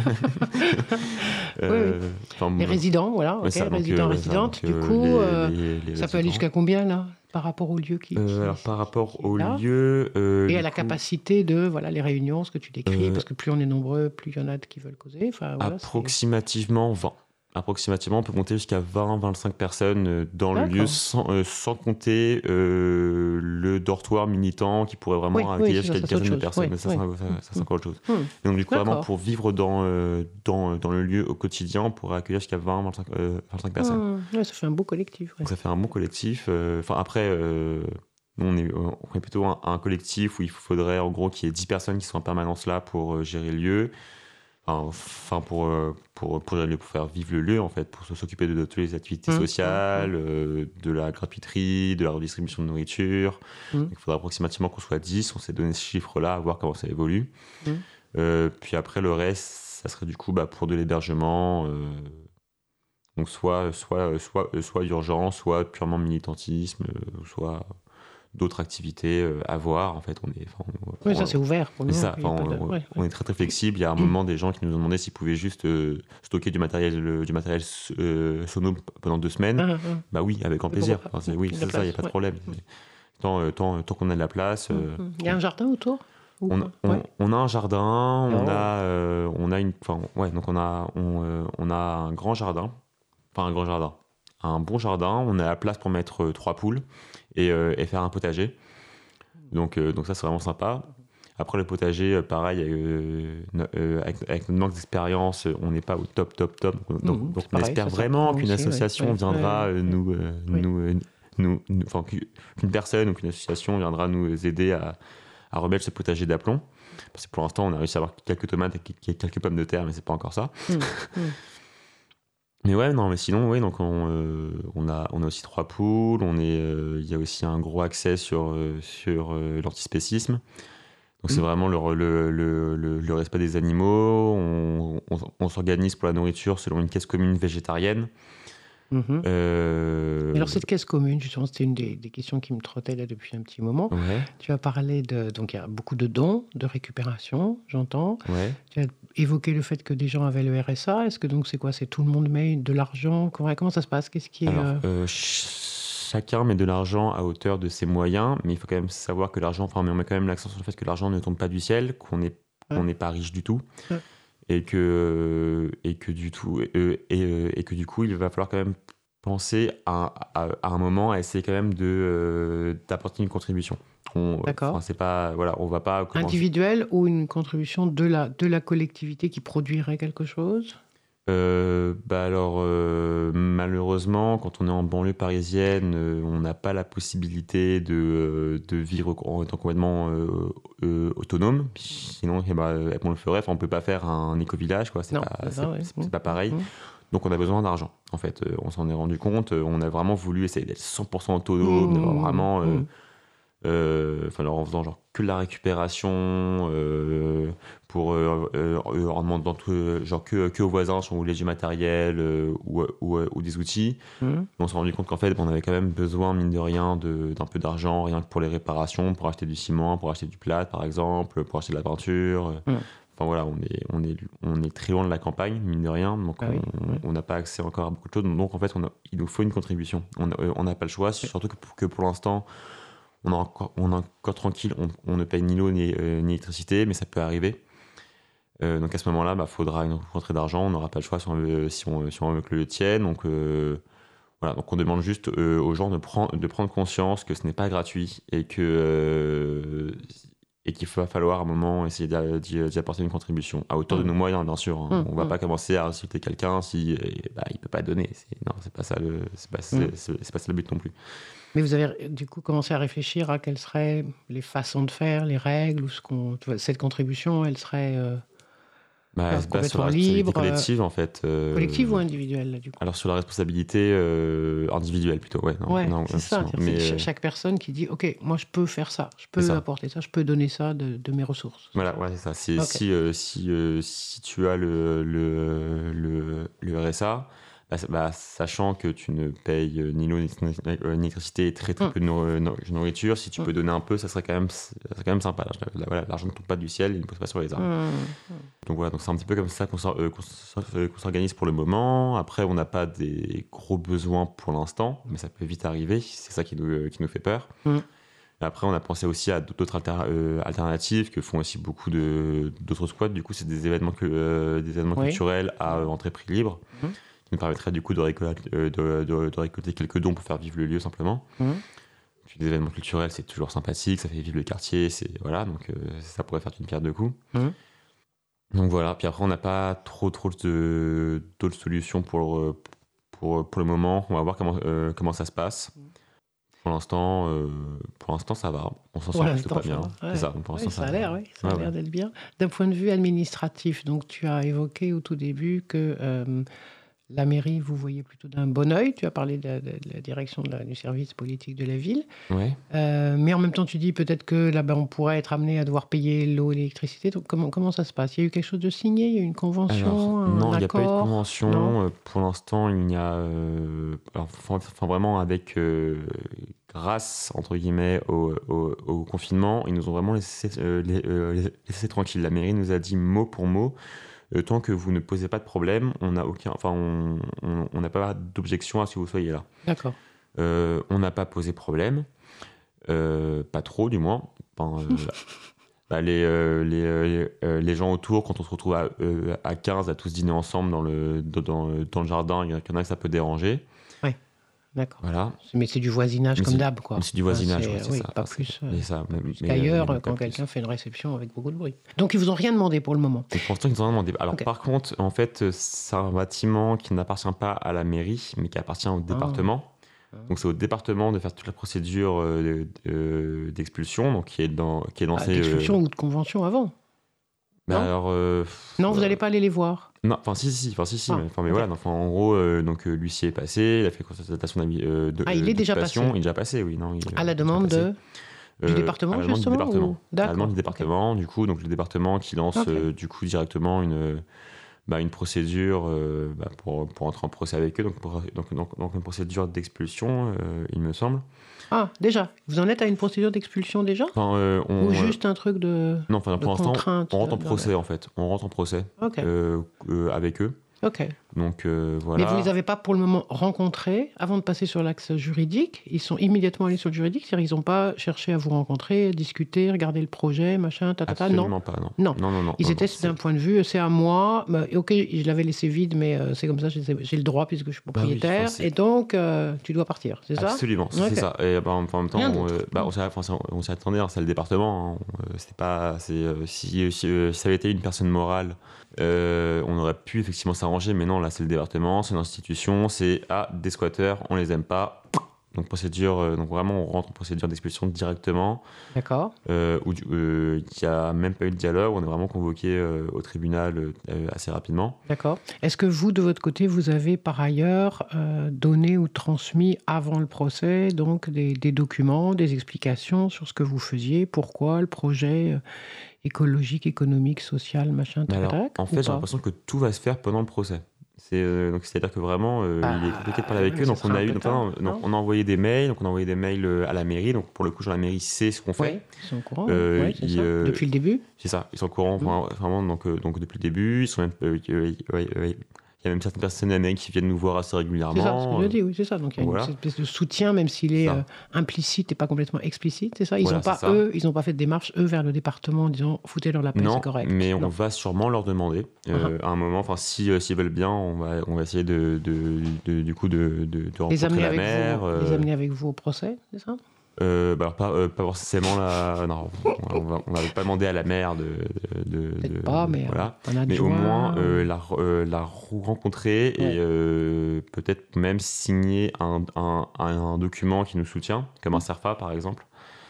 euh, enfin, Les moi- résidents, voilà, ouais, ok, ça, donc, résidents, euh, résidentes. ça, Du donc, euh, coup, les- euh, les- les ça peut aller résidents. jusqu'à combien là, par rapport au lieu qui, Euh, qui- alors, par rapport qui est au là lieu. euh, et du à la coup, capacité de voilà les réunions, ce que tu décris, Euh, parce que plus on est nombreux, plus il y en a qui veulent causer. Enfin, voilà, c'est- Approximativement vingt. Approximativement, on peut monter jusqu'à vingt à vingt-cinq personnes euh, dans le D'accord. lieu, sans, euh, sans compter euh, le dortoir militant qui pourrait vraiment Oui, oui, accueillir ça, jusqu'à ça, une c'est autre quinzaine de chose. personnes. Oui, Mais ça, oui. c'est ça, ça, c'est encore autre chose. Hmm. Et donc, du coup, vraiment, D'accord. pour vivre dans, euh, dans, dans le lieu au quotidien, on pourrait accueillir jusqu'à vingt à vingt-cinq, euh, vingt-cinq personnes. Hmm. Ouais, ça fait un beau collectif. Ouais. Donc, ça fait un bon collectif. euh, Enfin, après, euh, nous, on est, on est plutôt un, un collectif où il faudrait, en gros, qu'il y ait dix personnes qui soient en permanence là pour euh, gérer le lieu. Enfin, pour, euh, pour, pour, gérer le lieu, pour faire vivre le lieu, en fait, pour s'occuper de, de toutes les activités Mmh, sociales, euh, de la gratuiterie, de la redistribution de nourriture. Mmh. Il faudrait approximativement qu'on soit dix. On s'est donné ce chiffre-là, à voir comment ça évolue. Mmh. Euh, puis après, le reste, ça serait du coup bah, pour de l'hébergement. Euh, donc, soit, soit, soit, soit urgence, soit purement militantisme, euh, soit d'autres activités euh, à voir. En fait, on est. Enfin, on- Oui, on- ça c'est ouvert pour nous. c'est ça, il y a enfin, pas de- on, ouais, on est très très flexible. Il y a un moment des gens qui nous ont demandé s'ils pouvaient juste euh, stocker du matériel, le- du matériel euh, sono pendant deux semaines. Ah, ah. Bah oui, avec grand Mais plaisir. pourquoi pas. Enfin, c'est- oui, De la c'est ça, il n'y a place, pas de ouais. problème. Tant, euh, tant, tant qu'on a de la place. euh, Mhm. Il y a un jardin autour ou on, pas on- Ouais. on a un jardin, on Oh. a, euh, on a une, enfin, ouais, donc on a, on, euh, on a un grand jardin, enfin un grand jardin, un bon jardin. On a la place pour mettre euh, trois poules et, euh, et faire un potager. Donc, euh, donc ça c'est vraiment sympa. Après le potager, euh, pareil, euh, no- euh, avec, avec notre manque d'expérience, euh, on n'est pas au top, top, top. Donc, donc- Mhm, donc c'est on pareil, espère ça vraiment s'apprend qu'une aussi, ouais. association Ouais, viendra ouais, euh, ouais. nous, euh, Oui. nous, euh, nous, nous- enfin qu'u- qu'une personne ou qu'une association viendra nous aider à, à remettre ce potager d'aplomb. Parce que pour l'instant, on a réussi à avoir quelques tomates et quelques quelques pommes de terre, mais c'est pas encore ça. Mhm. Mhm. Mais ouais, non, mais sinon, oui, donc on, euh, on, a, on a aussi trois poules. On est, euh, il y a aussi un gros accès sur, euh, sur euh, l'antispécisme. Donc c'est Mhm. vraiment le, le, le, le, le respect des animaux. On, on, on s'organise pour la nourriture selon une caisse commune végétarienne. Mhm. Euh, Alors cette caisse commune, justement, c'était une des, des questions qui me trottait là depuis un petit moment. Ouais, Tu as parlé de... Donc il y a beaucoup de dons, de récupération, j'entends. ouais. Tu as évoqué le fait que des gens avaient le R S A. Est-ce que donc c'est quoi? C'est tout le monde met de l'argent? Comment, comment ça se passe? Qu'est-ce qui est... Alors, euh, euh, ch- chacun met de l'argent à hauteur de ses moyens, mais il faut quand même savoir que l'argent, enfin, on met quand même l'accent sur le fait que l'argent ne tombe pas du ciel, qu'on n'est qu'on Ouais. n'est pas riche du tout, Ouais. et que et que du tout et, et, et que du coup, il va falloir quand même penser à, à, à un moment à essayer quand même de euh, d'apporter une contribution. On, D'accord. enfin, c'est pas voilà, on va pas commencer- individuelle ou une contribution de la, de la collectivité qui produirait quelque chose? Euh, bah alors euh, malheureusement quand on est en banlieue parisienne euh, on n'a pas la possibilité de, euh, de vivre en étant complètement euh, euh, autonome. Sinon eh bah, on le ferait. Enfin, on peut pas faire un éco-village quoi, c'est Non, pas, c'est c'est, ça, ouais. c'est- c'est pas pareil. Mmh. Donc on a besoin d'argent en fait. Euh, on s'en est rendu compte. Euh, on a vraiment voulu essayer d'être cent pour cent autonome, d'avoir Mmh. vraiment euh, Mmh. euh, enfin, alors en faisant genre que de la récupération, euh, pour, euh, euh, en demandant tout, euh, genre que, que aux voisins si on voulait du matériel euh, ou, ou, ou des outils. Mmh. On s'est rendu compte qu'en fait on avait quand même besoin mine de rien de, d'un peu d'argent, rien que pour les réparations, pour acheter du ciment, pour acheter du plâtre par exemple, pour acheter de la peinture. Mmh. Enfin voilà, on est, on, est, on est très loin de la campagne, mine de rien, donc Ah oui, on ouais. on n'a pas accès encore à beaucoup de choses. Donc en fait, on a, il nous faut une contribution. On n'a on n'a pas le choix, surtout que pour, que pour l'instant, on est encore, on est encore tranquille, on, on ne paye ni l'eau ni, euh, ni l'électricité, mais ça peut arriver. Euh, donc à ce moment-là, il bah, faudra une rentrée d'argent, on n'aura pas le choix si on veut, si on, si on veut que le tienne. Donc, euh, voilà, donc on demande juste euh, aux gens de, prendre de prendre conscience que ce n'est pas gratuit et que... Euh, et qu'il va falloir à un moment essayer d'y, d'y- d'y apporter une contribution à hauteur de Mmh. nos moyens, bien sûr. Hein. Mmh, On va mmh. pas commencer à insulter quelqu'un si euh, bah, il peut pas donner. C'est, non, c'est pas ça le, c'est pas, c'est, Mmh. c'est- c'est pas ça le but non plus. Mais vous avez du coup commencé à réfléchir à quelles seraient les façons de faire, les règles, ou ce qu'on, tu vois, cette contribution, elle serait euh, Bah, Alors, elle se base sur complètement la responsabilité libre, collective en fait. euh, collective ou individuelle là, du coup? Alors sur la responsabilité euh, individuelle plutôt, ouais. Non, Ouais, non, c'est ça. non, C'est mais, ch- euh, chaque personne qui dit, ok, moi je peux faire ça, je peux C'est ça. apporter ça, je peux donner ça de, de mes ressources. Voilà, ouais, c'est ça. C'est, Ok. si, euh, si, euh, si tu as le, le, le, le R S A, Bah, bah, sachant que tu ne payes ni l'eau ni l'électricité et très très Mm. peu de nour- nourriture, si tu Mm. peux donner un peu, ça serait quand même, ça serait quand même sympa. Là, voilà, l'argent ne tombe pas du ciel, il ne pose pas sur les arbres. Mmh. Donc voilà, donc c'est un petit peu comme ça qu'on s'or- euh, qu'on s'or- euh, qu'on s'organise pour le moment. Après, on n'a pas des gros besoins pour l'instant, mais ça peut vite arriver. C'est ça qui nous, euh, qui nous fait peur. Mm. Et après, on a pensé aussi à d'autres alter- euh, alternatives que font aussi beaucoup de, d'autres squats. Du coup, c'est des événements, que, euh, des événements Oui. culturels à euh, entrée prix libre, Mhm. qui nous permettraient du coup de récolter, euh, de, de- de récolter quelques dons pour faire vivre le lieu simplement. Mmh. Puis des événements culturels, c'est toujours sympathique, ça fait vivre le quartier, c'est voilà, donc euh, ça pourrait faire une pierre deux coups. Mhm. Donc voilà, puis après on n'a pas trop trop de, d'autres solutions pour, le- pour, pour le moment. On va voir comment, euh, comment ça se passe. Pour l'instant, euh, pour l'instant ça va, on s'en Pour sort plutôt l'instant, pas ça bien. va, ouais. C'est ça, donc pour Oui, l'instant ça a va. l'air, oui, ça a Ouais, l'air ouais. d'être bien. D'un point de vue administratif, donc tu as évoqué au tout début que euh, la mairie, vous voyez plutôt d'un bon œil. Tu as parlé de la, de la direction de la- du service politique de la ville. Ouais. Euh, mais en même temps, tu dis peut-être que là-bas, on pourrait être amené à devoir payer l'eau et l'électricité. Donc, comment, comment ça se passe? Il y a eu quelque chose de signé? Il y a eu une convention? Alors, un non, il n'y a pas eu de accord? convention. Non. Euh, Pour l'instant, il y a. euh, alors, Enfin, enfin, vraiment, avec. euh, grâce, entre guillemets, au, au- au confinement, ils nous ont vraiment laissé, euh, les- euh, laissé tranquille. La mairie nous a dit mot pour mot euh, tant que vous ne posez pas de problème, on n'a aucun. Enfin, on on- on n'a pas d'objection à ce que vous soyez là. D'accord. Euh, on n'a pas posé problème. Euh, pas trop, du moins. Enfin, euh, bah, les, euh, les, euh, euh, les gens autour, quand on se retrouve à, euh, à quinze à tous dîner ensemble dans le, dans, dans, dans le jardin, il y en a que ça peut déranger. D'accord. Voilà. Mais c'est du voisinage Mais comme c'est- d'hab, quoi. Mais c'est du voisinage, Enfin, ouais, c'est- c'est oui, ça. pas Enfin, plus, c'est- euh, mais ça, mais- plus mais, qu'ailleurs euh, mais quand pas plus. quelqu'un fait une réception avec beaucoup de bruit. Donc, ils vous ont rien demandé pour le moment. Et pour l'instant, ils nous en ont demandé. Alors, Ok. par contre, en fait, c'est un bâtiment qui n'appartient pas à la mairie, mais qui appartient au département. Ah. Donc, c'est au département de faire toute la procédure euh, de- euh, d'expulsion, donc qui est dans, qui est Ah, lancée. d'expulsion euh, ou de convention avant. bah, non alors, euh, Non, vous euh, n'allez pas aller les voir. Non, enfin si, si, enfin si, si, Ah, mais, enfin, mais ok. voilà, enfin, en gros, euh, donc euh, l'huissier est passé, il a fait constatation d'avis, euh, de Ah, il euh, est déjà d'occupation, passé. il est déjà passé, oui, non. il- À la il est demande déjà de... passé. du Euh, département, à la demande justement, du département. ou- À la D'accord, demande du ok. département, du coup, donc le département qui lance Ok. euh, du coup directement une, bah, une procédure euh, bah, pour, pour entrer en procès avec eux, donc, pour- donc, donc, donc une procédure d'expulsion, euh, il me semble. Ah, déjà. Vous en êtes à une procédure d'expulsion déjà? Enfin, euh, on, Ou euh, juste un truc de... non, enfin, de pour l'instant, contrainte on rentre en dans procès la- en fait, on rentre en procès Ok, euh, euh, avec eux. ok. Donc euh, voilà. Mais vous les avez pas pour le moment rencontrés avant de passer sur l'axe juridique. Ils sont immédiatement allés sur le juridique. C'est-à-dire ils n'ont pas cherché à vous rencontrer, à discuter, regarder le projet, machin, tatata. Non. Absolument pas, non. Non. non, non, non. Ils non, étaient non, c'est- d'un point de vue, c'est à moi. Bah, ok, je l'avais laissé vide, mais euh, c'est comme ça, j'ai j'ai le droit puisque je suis Bah oui, propriétaire. enfin, c'est- et donc, euh, tu dois partir, c'est ça? Absolument, c'est Ok. c'est ça. Et bah, en en même temps, Rien on, d'autre. euh, bah, on s'y enfin, c'est- on s'y attendait, hein, c'est le département. Hein, on, euh, c'est pas, c'est, euh, si, si, euh, si ça avait été une personne morale, euh, on aurait pu effectivement s'arranger, mais non, là c'est le département, c'est une institution, c'est ah, des squatteurs, on les aime pas. Donc, procédure, euh, donc vraiment, on rentre en procédure d'expulsion directement, D'accord. euh, où du- euh, il n'y a même pas eu de dialogue, on est vraiment convoqué euh, au tribunal euh, assez rapidement. D'accord. Est-ce que vous, de votre côté, vous avez par ailleurs euh, donné ou transmis avant le procès donc des, des documents, des explications sur ce que vous faisiez, pourquoi le projet euh, écologique, économique, social, machin, Mais tac, alors, tac, en ou fait, j'ai pas? l'impression que tout va se faire pendant le procès. C'est, euh, donc, c'est-à-dire que vraiment, euh, Bah, il est compliqué de parler avec oui, eux. ça Donc, on sera a un eu, peu donc, tard, non, donc, non on a envoyé des mails. Donc, on a envoyé des mails euh, à la mairie. Donc, pour le coup, genre, la mairie sait ce qu'on fait. Oui, ils sont au courant. Euh, oui, c'est ils, ça. euh, Depuis le début. C'est ça. Ils sont au courant, vraiment, vraiment, donc, euh, donc, depuis le début. Ils sont même, euh, euh, ouais, ouais, il y a même certaines personnes à la mairie qui viennent nous voir assez régulièrement. C'est ça, ce que je euh, dis, oui, c'est ça. Donc il y a voilà. une espèce de soutien, même s'il est Ça. euh, implicite et pas complètement explicite, c'est ça. Ils Voilà, ont pas c'est ça. eux, ils n'ont pas fait de démarche eux vers le département en disant foutez-leur la paix, Non, c'est correct. mais on Non. va sûrement leur demander euh, à un moment. Enfin, si euh, s'ils veulent bien, on va on va essayer de, de, de- du coup de, de, de les rencontrer amener la avec mère. vous, euh, les amener avec vous au procès, c'est ça? Euh, bah alors pas, euh, pas forcément la. Non, on va, on va pas demander à la mère de. de, de- Peut-être de- pas, mais voilà. euh, un Mais au adjoint. moins euh, la, euh, la rencontrer Ouais. et euh, peut-être même signer un, un, un document qui nous soutient, comme un SERFA par exemple.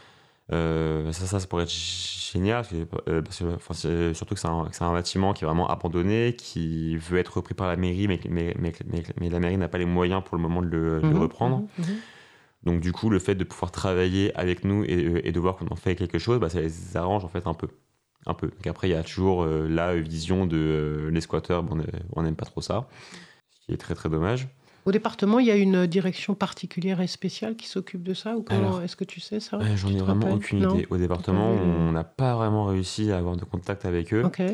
Euh, ça, ça, ça pourrait être génial, parce que, euh, parce que, enfin, c'est- surtout que c'est un, que c'est un bâtiment qui est vraiment abandonné, qui veut être repris par la mairie, mais, mais, mais, mais, mais la mairie n'a pas les moyens pour le moment de le, de le Mhm, reprendre. mhm, mhm. Donc du coup, le fait de pouvoir travailler avec nous et, et de voir qu'on en fait quelque chose, bah, ça les arrange en fait un peu. Un peu. Donc après, il y a toujours euh, la vision de euh, les squatteurs, bon, on n'aime pas trop ça. qui est très très dommage. Au département, il y a une direction particulière et spéciale qui s'occupe de ça ou comment Alors, est-ce que tu sais ça? Euh, J'en Tu ai te vraiment rappelles? aucune Non. idée. Au département, T'as pas vu le- on n'a pas vraiment réussi à avoir de contact avec eux. Ok.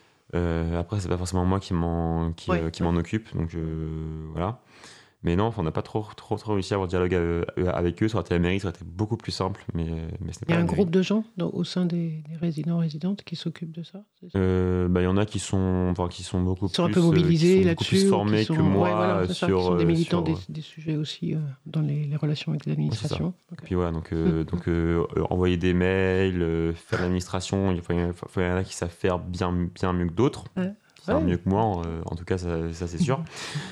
Euh, après, c'est pas forcément moi qui m'en qui, Ouais, euh, qui ouais. m'en occupe, donc je- voilà. Mais non, enfin, on n'a pas trop, trop, trop réussi à avoir de dialogue euh, avec eux. Ça aurait été la mairie, ça aurait été beaucoup plus simple, mais, mais ce n'est Il y pas a la un mairie. groupe de gens dans- au sein des, des résidents résidentes qui s'occupent de ça. c'est ça Euh, bah, il y en a qui sont, enfin, qui sont beaucoup Qui sont plus, un peu euh, qui mobilisés sont beaucoup là-dessus. plus ou formés qui sont, que moi ouais, voilà, c'est ça, qui sur. sont des euh, militants sur- des, des sujets aussi euh, dans les, les relations avec l'administration. Ok. Puis voilà, donc, euh, Mm. donc euh, euh, envoyer des mails, euh, faire l'administration, il faut- il faut- il y en a qui savent faire bien, bien mieux que d'autres. Ouais. Qui savent Ouais. mieux que moi, en, euh, en tout cas, ça, ça, c'est sûr.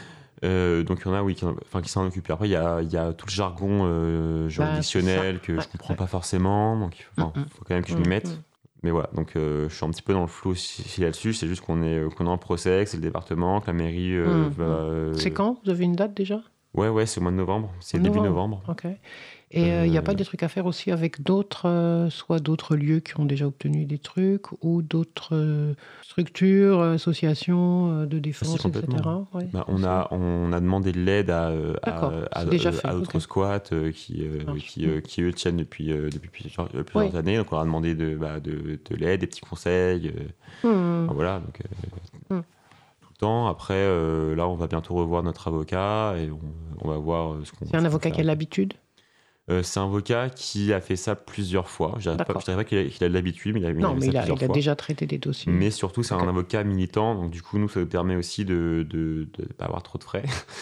Euh, donc il y en a, oui, qui, en- enfin, qui s'en occupent. Après, il y a, il y a tout le jargon euh, juridictionnel Bah, c'est ça. que Ouais, je comprends ouais. pas forcément, donc il faut, enfin, Mm, mm. faut quand même que je m'y Mm, mette. mm. Mais voilà, donc euh, je suis un petit peu dans le flou aussi aussi là-dessus. C'est juste qu'on est, qu'on est en procès, que c'est le département, que la mairie euh, Mm, va. euh, C'est quand? Vous avez une date déjà? Ouais, ouais, c'est au mois de novembre. C'est En début novembre. novembre. Ok. Et il n'y a Euh, pas des trucs à faire aussi avec d'autres, euh, soit d'autres lieux qui ont déjà obtenu des trucs, ou d'autres euh, structures, euh, associations euh, de défense, Ah, si, complètement. et cetera. Ouais, Bah, on, aussi. a, on a demandé de l'aide à, euh, à, D'accord, à, c'est déjà euh, fait, à d'autres ok. squats euh, qui, euh, Ça marche. qui, euh, qui, eux, tiennent depuis, euh, depuis plusieurs, euh, plusieurs Oui. années. Donc, on leur a demandé de, bah, de, de l'aide, des petits conseils. euh, Hmm. enfin, voilà, donc, euh, Mm. tout le temps. Après, euh, là, on va bientôt revoir notre avocat et on, on va voir euh, ce qu'on C'est un ce qu'on avocat fait. qui a l'habitude. Euh, c'est un avocat qui a fait ça plusieurs fois. Je dirais pas, D'accord. je dirais pas qu'il a, qu'il a de l'habitude, mais il a, il a Non, fait mais ça il a, plusieurs il a fois. déjà traité des dossiers. Mais surtout, c'est Ok. un avocat militant, donc du coup, nous, ça nous permet aussi de ne pas avoir trop de frais.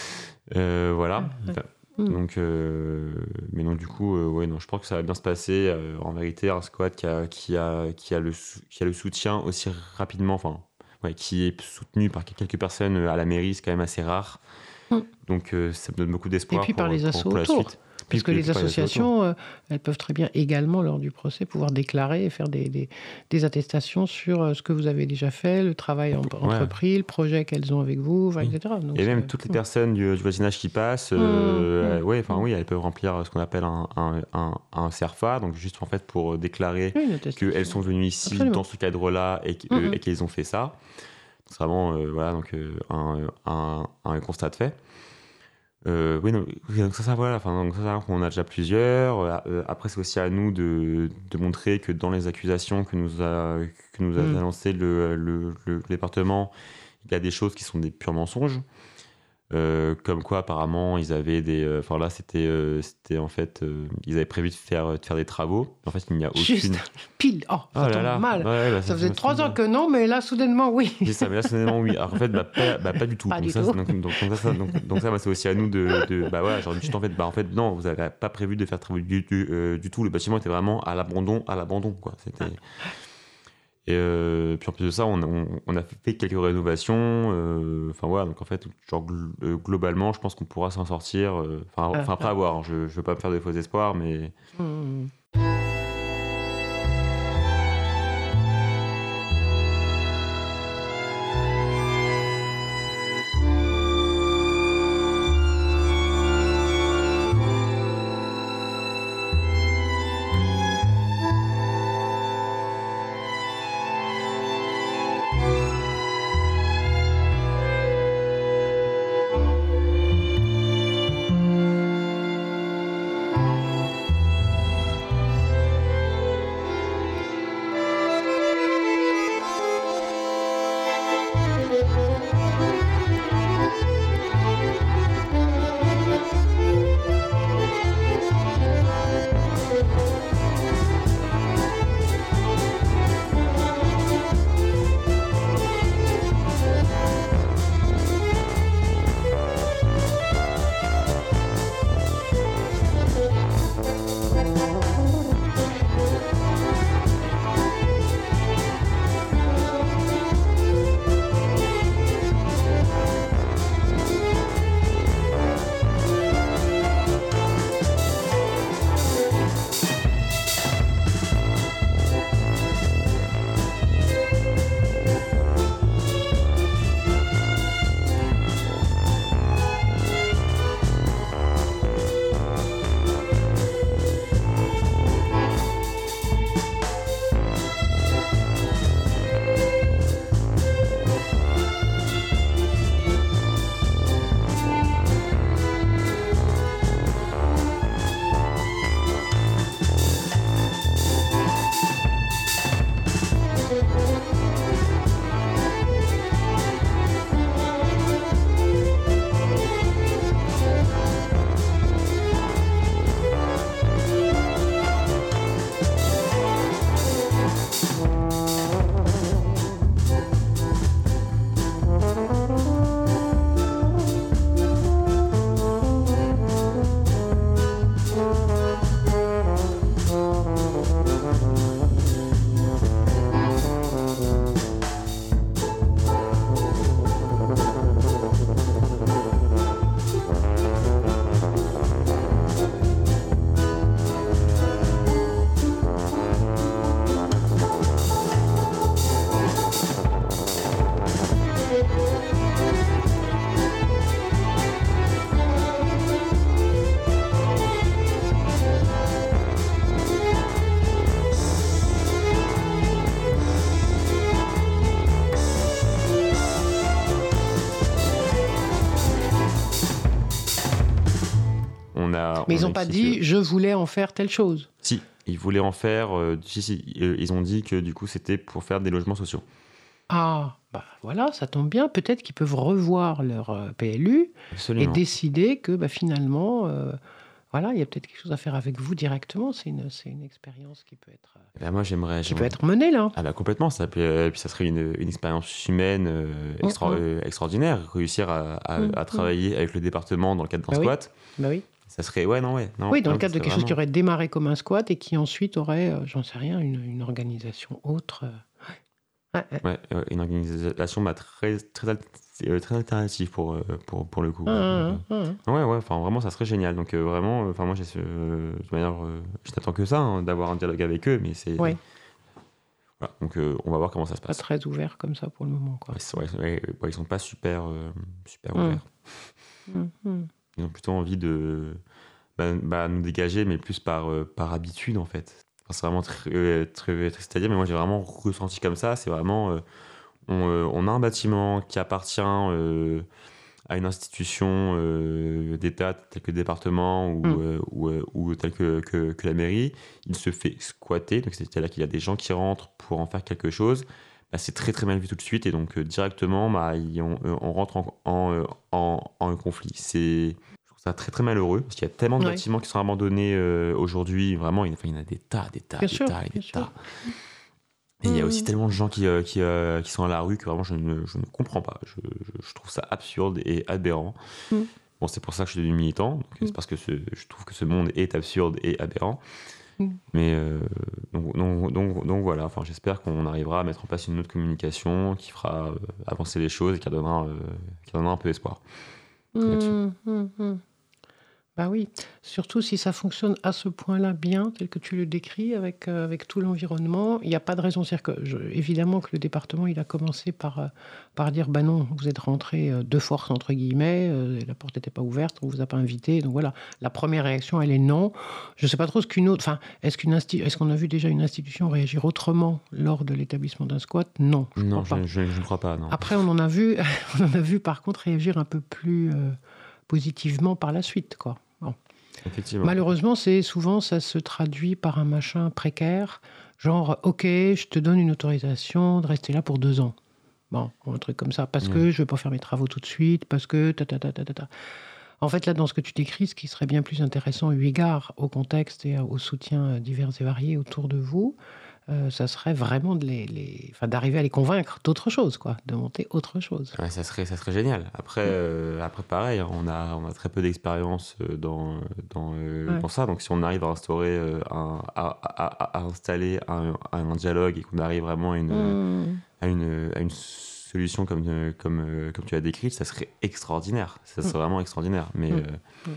Euh, voilà. Ouais, ouais. Enfin, Mm. donc, euh, mais donc, du coup, euh, ouais, non, je pense que ça va bien se passer. Euh, en vérité, un squat qui a, qui, a, qui, a le, sou- qui a le soutien aussi rapidement, enfin, ouais, qui est soutenu par quelques personnes à la mairie, c'est quand même assez rare. Mm. Donc, euh, ça me donne beaucoup d'espoir Et puis pour, par les pour- assos pour la autour. suite. Parce Puis- que puis- les puis par assos autour. associations, euh, elles peuvent très bien également, lors du procès, pouvoir déclarer et faire des, des, des attestations sur euh, ce que vous avez déjà fait, le travail en- entrepris, le projet qu'elles ont avec vous, enfin, Oui. et cetera. Donc, Et même c'est- toutes les Mm. personnes du, du voisinage qui passent, euh, Mmh, mmh, ouais, enfin mmh. oui, elles peuvent remplir ce qu'on appelle un, un, un, un CERFA, donc juste en fait pour déclarer Oui, une attestation. qu'elles sont venues ici Absolument. dans ce cadre-là et qu'- Mmh, euh, mmh. et qu'elles ont fait ça. C'est vraiment euh, voilà, donc, euh, un, un, un constat de fait. Euh, oui, donc, oui, donc ça, ça, voilà, enfin, donc ça, ça, on a déjà plusieurs. Euh, après, c'est aussi à nous de, de montrer que dans les accusations que nous a, que nous a Mm. annoncé le, le, le département, il y a des choses qui sont des purs mensonges. Euh, comme quoi, apparemment, ils avaient des. euh, Enfin, là, c'était, euh, c'était en fait. euh, ils avaient prévu de faire, de faire des travaux. En fait, il n'y a aucune. Juste pile. Oh, ça Oh là tombe là. mal. Ouais, bah, Ça faisait trois ans tombe que non, mais là, soudainement, oui. c'est ça, mais là, soudainement, oui. Alors, en fait, bah, pas, bah, pas du tout. Pas donc, du ça, tout. c'est- Donc, donc, donc ça, ça- donc, donc ça, bah, c'est aussi à nous de. de bah, voilà, genre, juste en fait, bah, en fait, non, vous n'avez pas prévu de faire travaux du, du, euh, du tout. Le bâtiment était vraiment à l'abandon, à l'abandon, quoi. C'était. Et euh, puis en plus de ça, on, on, on a fait quelques rénovations. euh, Enfin voilà, donc en fait, genre, gl- euh, globalement, je pense qu'on pourra s'en sortir. euh, Enfin, Ah, enfin après ah. avoir, je ne veux pas me faire de faux espoirs, mais. Mm. Mais ils on n'ont a pas écrit dit que- je voulais en faire telle chose. Si, ils voulaient en faire. euh, si, si, euh, ils ont dit que du coup, c'était pour faire des logements sociaux. Ah, bah voilà, ça tombe bien. Peut-être qu'ils peuvent revoir leur euh, P L U et Absolument. décider que bah, finalement, euh, voilà, il y a peut-être quelque chose à faire avec vous directement. C'est une, c'est une expérience qui peut être, euh, Eh ben, moi, j'aimerais. qui peut j'aimerais- être menée là. Ah bah complètement, ça, peut- euh, puis ça serait une, une expérience humaine euh, extra- Mhm. euh, extraordinaire. Réussir à, à- Mhm. à travailler avec le département dans le cadre d'un Bah oui. squat, Bah oui. ça serait. Ouais, non, ouais. Non, Oui, dans non, le cadre ça de serait quelque chose qui vraiment- aurait démarré comme un squat et qui ensuite aurait, euh, j'en sais rien, une, une organisation autre. euh. Ouais, ouais. Ouais, euh, une organisation bah, très, très, al- euh, très alternative pour, euh, pour, pour le coup. Ah, Euh, ah, ah. Ouais, ouais, enfin vraiment, ça serait génial. Donc euh, vraiment, euh, enfin moi, j'ai ce, euh, de toute manière, euh, je n'attends que ça, hein, d'avoir un dialogue avec eux, mais c'est. Ouais. Voilà, donc euh, on va voir comment ça se Pas passe. très ouvert comme ça pour le moment, quoi. Ouais, c'est- ouais, ouais, ouais, ils sont pas super, euh, super Mm. ouverts. Hum, hum. Ils ont plutôt envie de bah, bah, nous dégager, mais plus par, euh, par habitude en fait. Enfin, c'est vraiment très, euh, très triste à dire, mais moi j'ai vraiment ressenti comme ça. C'est vraiment, euh, on, euh, on a un bâtiment qui appartient euh, à une institution euh, d'État tel que le département ou, Mm. euh, ou, euh, ou tel que, que, que la mairie. Il se fait squatter, donc c'est-à-dire qu'il y a des gens qui rentrent pour en faire quelque chose. Bah, c'est très très mal vu tout de suite et donc euh, directement bah, il- on, euh, on rentre en, en, euh, en, en conflit. C'est, je trouve ça très très malheureux parce qu'il y a tellement de Ouais. bâtiments qui sont abandonnés euh, aujourd'hui. Vraiment, il, enfin, il y en a des tas, des tas, Bien des sûr, tas et des bien sûr. tas. Et il y a aussi Mhm. tellement de gens qui, euh, qui, euh, qui sont à la rue que vraiment je ne, je ne comprends pas. Je, je- je trouve ça absurde et aberrant. Mhm. Bon, c'est pour ça que je suis devenu militant. donc Mhm. C'est parce que ce- je trouve que ce monde est absurde et aberrant. Mhm. Mais euh, donc, donc, donc, donc voilà, enfin, j'espère qu'on arrivera à mettre en place une autre communication qui fera euh, avancer les choses et qui donnera, euh, qui donnera un peu d'espoir. là-dessus. Hum, hum, hum. Bah oui, surtout si ça fonctionne à ce point-là bien, tel que tu le décris, avec, euh, avec tout l'environnement, il n'y a pas de raison. C'est-à-dire que, je- évidemment que le département, il a commencé par, euh, par dire, bah non, vous êtes rentré euh, de force, entre guillemets, euh, la porte n'était pas ouverte, on ne vous a pas invité. Donc voilà, la première réaction, elle est non. Je ne sais pas trop ce qu'une autre... Enfin, est-ce, qu'une insti- est-ce qu'on a vu déjà une institution réagir autrement lors de l'établissement d'un squat? Non, je Non, crois pas. je, je- je ne crois pas. Non. Après, on en a vu, on en a vu par contre réagir un peu plus euh, positivement par la suite, quoi. Bon. Effectivement. Malheureusement, c'est souvent ça se traduit par un machin précaire, genre ok, je te donne une autorisation de rester là pour deux ans. Bon, ou un truc comme ça, parce que je vais pas faire mes travaux tout de suite, parce que ta ta ta ta ta ta. En fait, là, dans ce que tu décris, ce qui serait bien plus intéressant eu égard au contexte et au soutien divers et variés autour de vous, euh, ça serait vraiment de les, les- enfin, d'arriver à les convaincre d'autre chose, quoi, de monter autre chose. Ouais, ça serait, ça serait génial. Après, euh, après pareil, hein, on a, on a très peu d'expérience euh, dans, dans, euh, Ouais. dans ça. Donc, si on arrive à instaurer, euh, un, à, à- à- à installer un, un dialogue et qu'on arrive vraiment à une, Mmh. à une, à une solution comme, euh, comme, euh, comme tu as décrite, ça serait extraordinaire. Ça serait vraiment extraordinaire. Mais Mm. euh, Mm.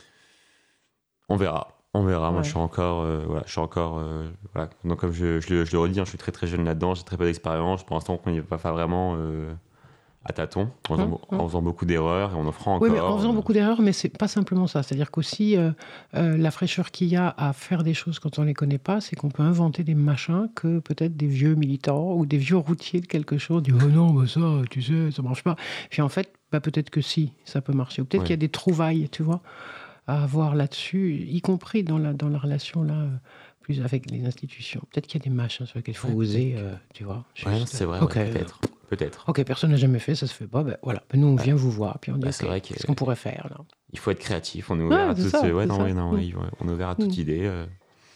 on verra. On verra. Moi, Ouais. je suis encore. euh, voilà, je suis encore euh, voilà. Donc, comme je, je, le, je le redis, hein, je suis très très jeune là-dedans. J'ai très peu d'expérience. Pour l'instant, on n'y va pas vraiment euh, à tâtons, en faisant, Mm. en faisant beaucoup d'erreurs et en offrant encore. Oui, mais en faisant euh, beaucoup d'erreurs, mais c'est pas simplement ça. C'est-à-dire qu'aussi, euh, euh, la fraîcheur qu'il y a à faire des choses quand on les connaît pas, c'est qu'on peut inventer des machins que peut-être des vieux militants ou des vieux routiers de quelque chose disent « Oh non, bah ça, tu sais, ça marche pas ». Puis en fait, bah, peut-être que si, ça peut marcher. Ou peut-être Ouais. qu'il y a des trouvailles, tu vois, à avoir là-dessus, y compris dans la, dans la relation là, euh, plus avec les institutions. Peut-être qu'il y a des machins sur lesquels il faut Ouais, oser, euh, tu vois. Juste, Ouais, c'est vrai, ok, ouais, peut-être. Peut-être. Ok, personne n'a jamais fait, ça se fait pas. Ben voilà, ben nous on vient vous voir, puis on dit bah, ok, c'est vrai que- qu'est-ce qu'on pourrait faire là. Il faut être créatif, on est ouvert Ouais, à c'est toute ça, ouais, c'est non, ça. ouais, non, Mm. ouais, ouais, on est ouvert à toute Mm. idée. euh,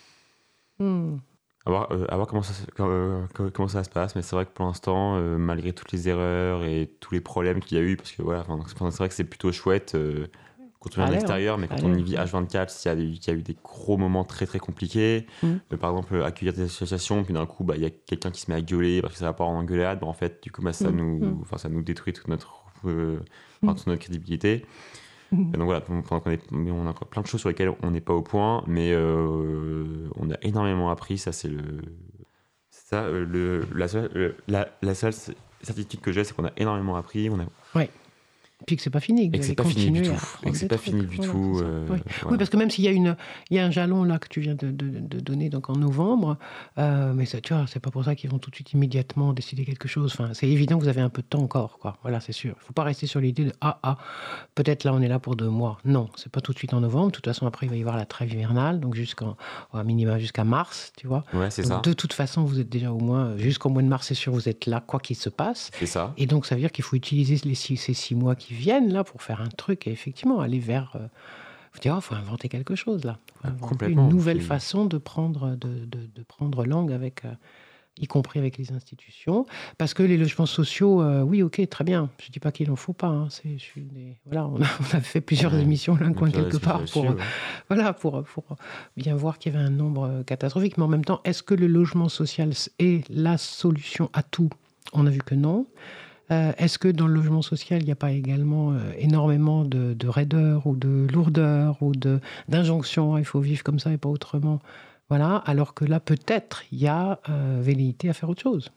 Hmm. à voir, euh, à voir comment, ça, se- com- euh, com- comment ça se passe, mais c'est vrai que pour l'instant, euh, malgré toutes les erreurs et tous les problèmes qu'il y a eu, parce que voilà, enfin, c'est c'est vrai que c'est plutôt chouette euh, quand on vient de Allez, l'extérieur, mais quand allez, on y vit ouais. H vingt-quatre, il y, a des- il y a eu des gros moments très très compliqués. Mm. Euh, par exemple, euh, accueillir des associations, puis d'un coup, bah, il y a quelqu'un qui se met à gueuler parce que ça va pas en engueulade, bah, en fait, du coup, bah, ça, Mm. nous, Mm. enfin, ça nous détruit toute notre, euh, enfin, toute notre crédibilité. Mm. Et donc voilà, pendant qu'on est, mais on a encore plein de choses sur lesquelles on n'est pas au point, mais euh, on a énormément appris. Ça, c'est le, c'est ça, euh, le, la seule, euh, la, la seule certitude que j'ai, c'est qu'on a énormément appris. On a, Puis que c'est pas fini, que et vous que c'est allez pas fini du continuer tout. à Et apprendre que c'est des pas trucs. fini du Voilà, tout. c'est ça. euh, Oui. voilà. Oui, parce que même s'il y a, une, il y a un jalon là que tu viens de, de- de donner donc en novembre, euh, mais ça, tu vois, c'est pas pour ça qu'ils vont tout de suite immédiatement décider quelque chose. Enfin, c'est évident que vous avez un peu de temps encore, quoi. Voilà, c'est sûr. Il faut pas rester sur l'idée de ah ah, peut-être là on est là pour deux mois. Non, c'est pas tout de suite en novembre. De toute façon, après il va y avoir la trêve hivernale, donc jusqu'en à minima jusqu'à mars, tu vois. Ouais, c'est Donc, ça. de toute façon, vous êtes déjà au moins jusqu'au mois de mars, c'est sûr, vous êtes là, quoi qu'il se passe. C'est ça. Et donc, ça veut dire qu'il faut utiliser les six, ces six mois qui viennent là pour faire un truc et effectivement aller vers. Euh, faut dire, il faut inventer quelque chose là. Faut Ah, inventer complètement. Une nouvelle C'est- façon de prendre, de, de, de prendre langue avec. Euh, y compris avec les institutions, parce que les logements sociaux, euh, oui, ok, très bien. Je dis pas qu'il en faut pas. Hein, c'est, je suis des- voilà, on a, on a fait plusieurs Ouais. émissions l'un coin Plusieurs quelque part explications, pour, ouais. voilà, pour, pour bien voir qu'il y avait un nombre euh, catastrophique. Mais en même temps, est-ce que le logement social est la solution à tout ? On a vu que non. Euh, est-ce que dans le logement social, il n'y a pas également euh, énormément de, de raideur ou de lourdeur ou de, d'injonction, il faut vivre comme ça et pas autrement. Voilà, alors que là, peut-être, il y a euh, velléité à faire autre chose.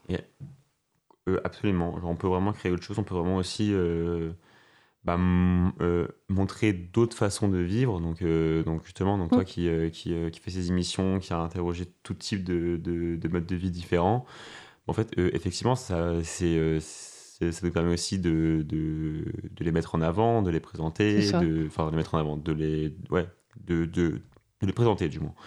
Euh, absolument. Genre, on peut vraiment créer autre chose. On peut vraiment aussi euh, bah, m- euh, montrer d'autres façons de vivre. Donc, euh, donc justement, donc Mm. toi qui, euh, qui, euh, qui fais ces émissions, qui a interrogé tout type de, de, de modes de vie différents, en fait, euh, effectivement, ça, c'est, euh, c'est- ça nous permet aussi de, de, de les mettre en avant, de les présenter, C'est ça. de, enfin, de les mettre en avant, de les, ouais, de, de, de les présenter du moins.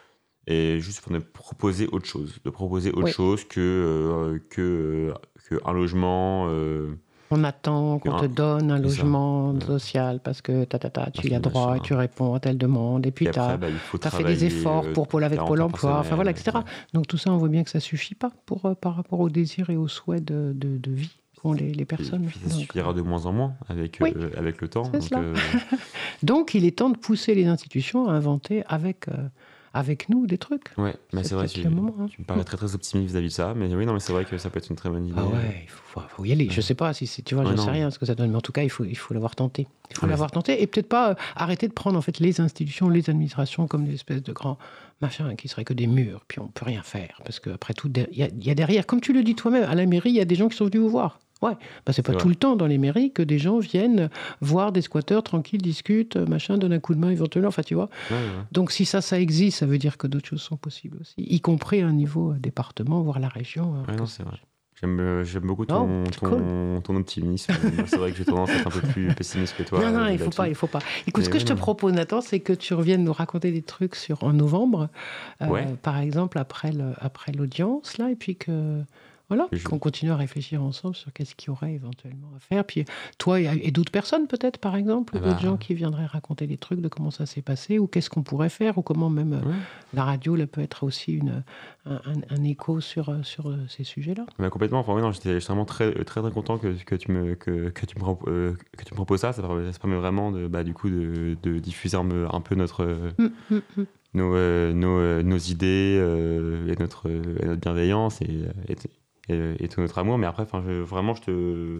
Et juste pour de proposer autre chose, de proposer autre Oui. chose que, euh, que, que un logement. euh, On attend qu'on Un- te donne un c'est ça. logement Ouais. social parce que ta, ta, ta, tu Parce y as que droit machin. et tu réponds à telle demande. Et puis et tu après, as bah, il faut fait travailler. des efforts euh, pour, pour avec quarante Pôle heures par emploi, enfin voilà, et cetera. semaine. Donc tout ça, on voit bien que ça suffit pas pour, euh, par rapport aux désirs et aux souhaits de, de, de vie qu'ont les, les Et personnes. puis ça Donc, suffira de moins en moins avec, Oui. euh, avec le temps. C'est Donc, cela. euh, Donc, il est temps de pousser les institutions à inventer avec, euh, avec nous des trucs. ouais, mais C'est c'est vrai, peut-être tu, le moment, hein. tu me parais très très optimiste vis-à-vis de ça. Mais oui, non, mais c'est vrai que ça peut être une très bonne idée. Ah ouais, il faut, faut- faut y aller. Je sais pas si c'est, tu vois, Ouais, je non. sais rien ce que ça donne, mais en tout cas, il faut, il faut l'avoir tenté. Il faut Ouais, l'avoir tenté et peut-être pas euh, arrêter de prendre en fait les institutions, les administrations comme des espèces de grands machins qui seraient que des murs, puis on peut rien faire parce que après tout, il y, a- il y a derrière, comme tu le dis toi-même, à la mairie, il y a des gens qui sont venus vous voir. Ouais, bah, c'est pas C'est tout vrai. le temps dans les mairies que des gens viennent voir des squatteurs tranquilles, discutent, machin, donnent un coup de main éventuellement. Enfin, tu vois. Ouais, ouais. Donc si ça, ça existe, ça veut dire que d'autres choses sont possibles aussi, y compris à un niveau euh, département, voire la région. hein, Ouais, que non, sais-je. c'est vrai. J'aime, euh, j'aime beaucoup ton, Oh, c'est ton, ton optimisme. Moi, c'est vrai que j'ai tendance à être un peu plus pessimiste que toi. non, non, euh, il faut là-dessus. pas, il faut pas. Écoute, Mais ce que oui, je te non. propose, Nathan, c'est que tu reviennes nous raconter des trucs sur en novembre, euh, Ouais. par exemple après le, après l'audience là, et puis que voilà, Et je- qu'on continue à réfléchir ensemble sur qu'est-ce qu'il y aurait éventuellement à faire. Puis toi et, et d'autres personnes peut-être, par exemple, ou Ah bah. d'autres gens qui viendraient raconter des trucs de comment ça s'est passé, ou qu'est-ce qu'on pourrait faire, ou comment même euh, Ouais. la radio là, peut être aussi une, un, un- un écho sur, euh, sur euh, ces sujets-là. Bah, complètement. Enfin, oui, non, j'étais j'étais vraiment très, très, très content que, que, tu me, que, que, tu me, pro- euh, que tu me proposes ça. Ça permet, ça permet vraiment de, bah, du coup, de, de diffuser un, peu- un peu notre, euh, Hum, hum, hum. nos, euh, nos, euh, nos idées euh, et, notre, euh, et notre bienveillance et, et, et, et tout notre amour. Mais après, enfin, je, vraiment, je te...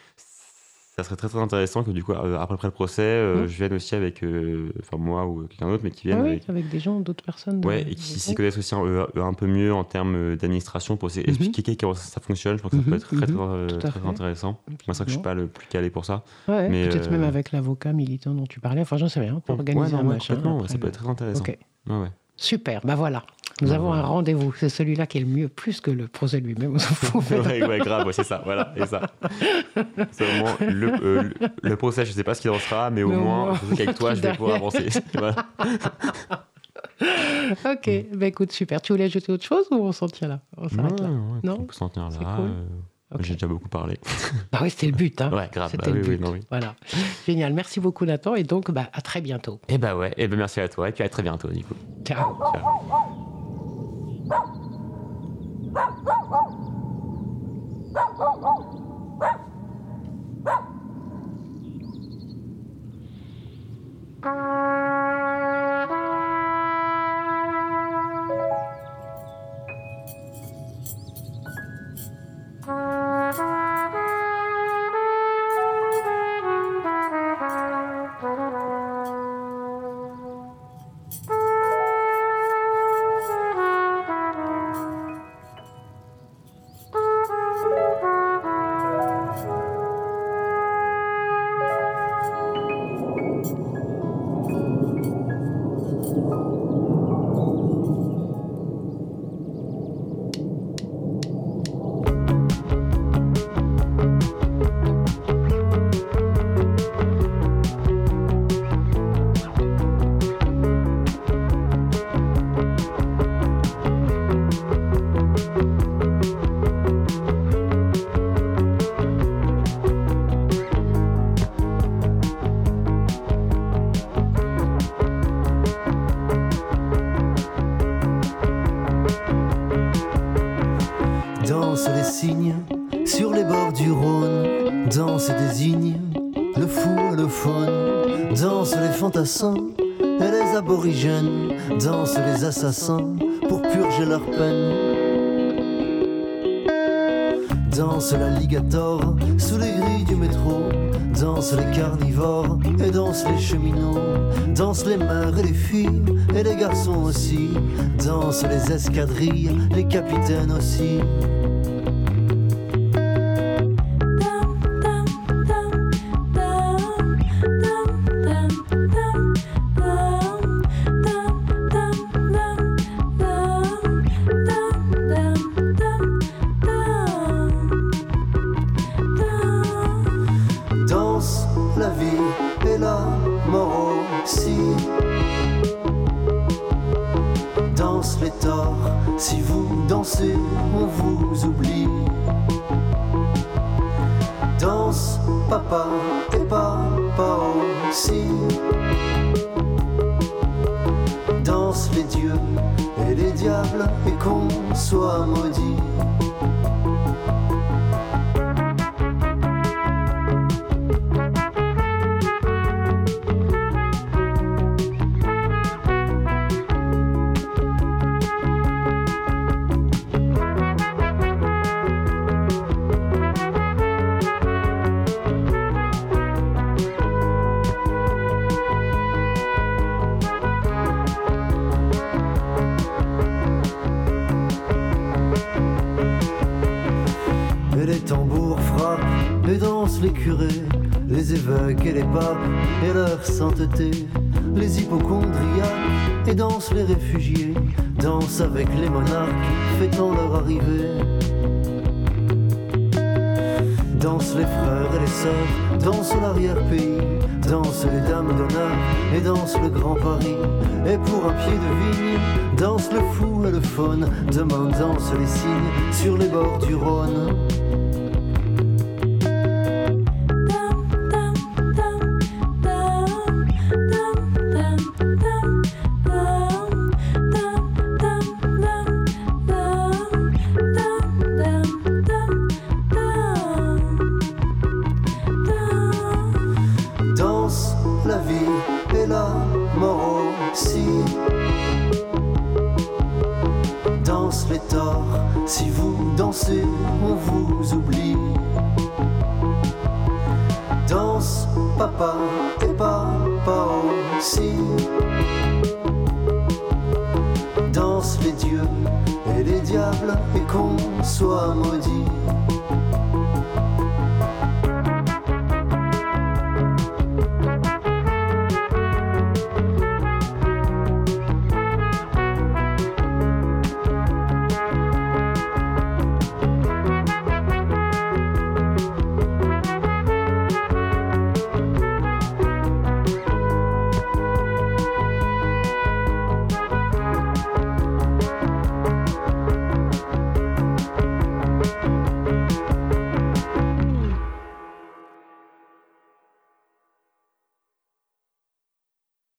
ça serait très très intéressant que du coup, euh, après, après le procès, euh, Mmh. je vienne aussi avec, euh, enfin moi ou quelqu'un d'autre, mais qui vienne Ah oui, avec, avec des gens, d'autres personnes. de- ouais, de- et qui s'y connaissent aussi un, euh, un peu mieux en termes d'administration pour essayer Mhm. expliquer comment ça fonctionne. Je pense que ça Mhm, peut être très, très, mhm, euh, tout à très fait. intéressant. Moi, c'est vrai que je suis pas le plus calé pour ça. Ouais, Mais, peut-être euh, même avec l'avocat militant dont tu parlais. Enfin, j'en sais rien. On peut Ouais, organiser non, un ouais, machin. complètement, après ça peut le- être très intéressant. Ok. Ouais, ouais. Super, bah voilà. Nous Bah avons voilà. un rendez-vous. C'est celui-là qui est le mieux, plus que le procès lui-même. On s'en fout. ouais, ouais, grave, ouais, c'est ça, voilà, et ça. C'est vraiment le, euh, le, le procès, je sais pas ce qu'il en sera, mais au Mais au moins, moins, je sais qu'avec toi, je vais pouvoir derrière. avancer. Voilà. Ok, bah écoute, super. Tu voulais ajouter autre chose ou on s'en tient là? On s'arrête là. ouais, Non on peut s'en tenir C'est là. cool. euh, Ok. J'ai déjà beaucoup parlé. Bah oui, c'était le but. Hein. Ouais, grave. C'était bah le oui, but. oui, non, oui. Voilà. Génial. Merci beaucoup, Nathan. Et donc, bah, à très bientôt. Et bah ouais, et bah merci à toi, et puis à très bientôt, du coup. Ciao. Danse les cygnes sur les bords du Rhône, danse et désigne le fou et le faune, danse les fantassins et les aborigènes, danse les assassins pour purger leur peine. Danse l'alligator sous les grilles du métro, danse les carnivores et danse les cheminots, danse les mères et les filles et les garçons aussi, danse les escadrilles, les capitaines aussi. Danse la vie et la mort aussi. Danse les torts, si vous dansez, on vous oublie. Danse papa et papa aussi. Danse les dieux et les diables et qu'on soit maudit. Et les tambours frappent et dansent les curés, les évêques et les papes et leur sainteté, les hypochondriaques et dansent les réfugiés, dansent avec les monarques fêtant leur arrivée. Dansent les frères et les sœurs, dansent l'arrière-pays, dansent les dames d'honneur et dansent le grand Paris. Et pour un pied de vigne, danse le fou et le faune, demain dansent les cygnes sur les bords du Rhône. Danse la vie et la mort aussi. Danse les torts, si vous dansez, on vous oublie. Danse papa et papa aussi. Danse les dieux et les diables et qu'on soit maudit.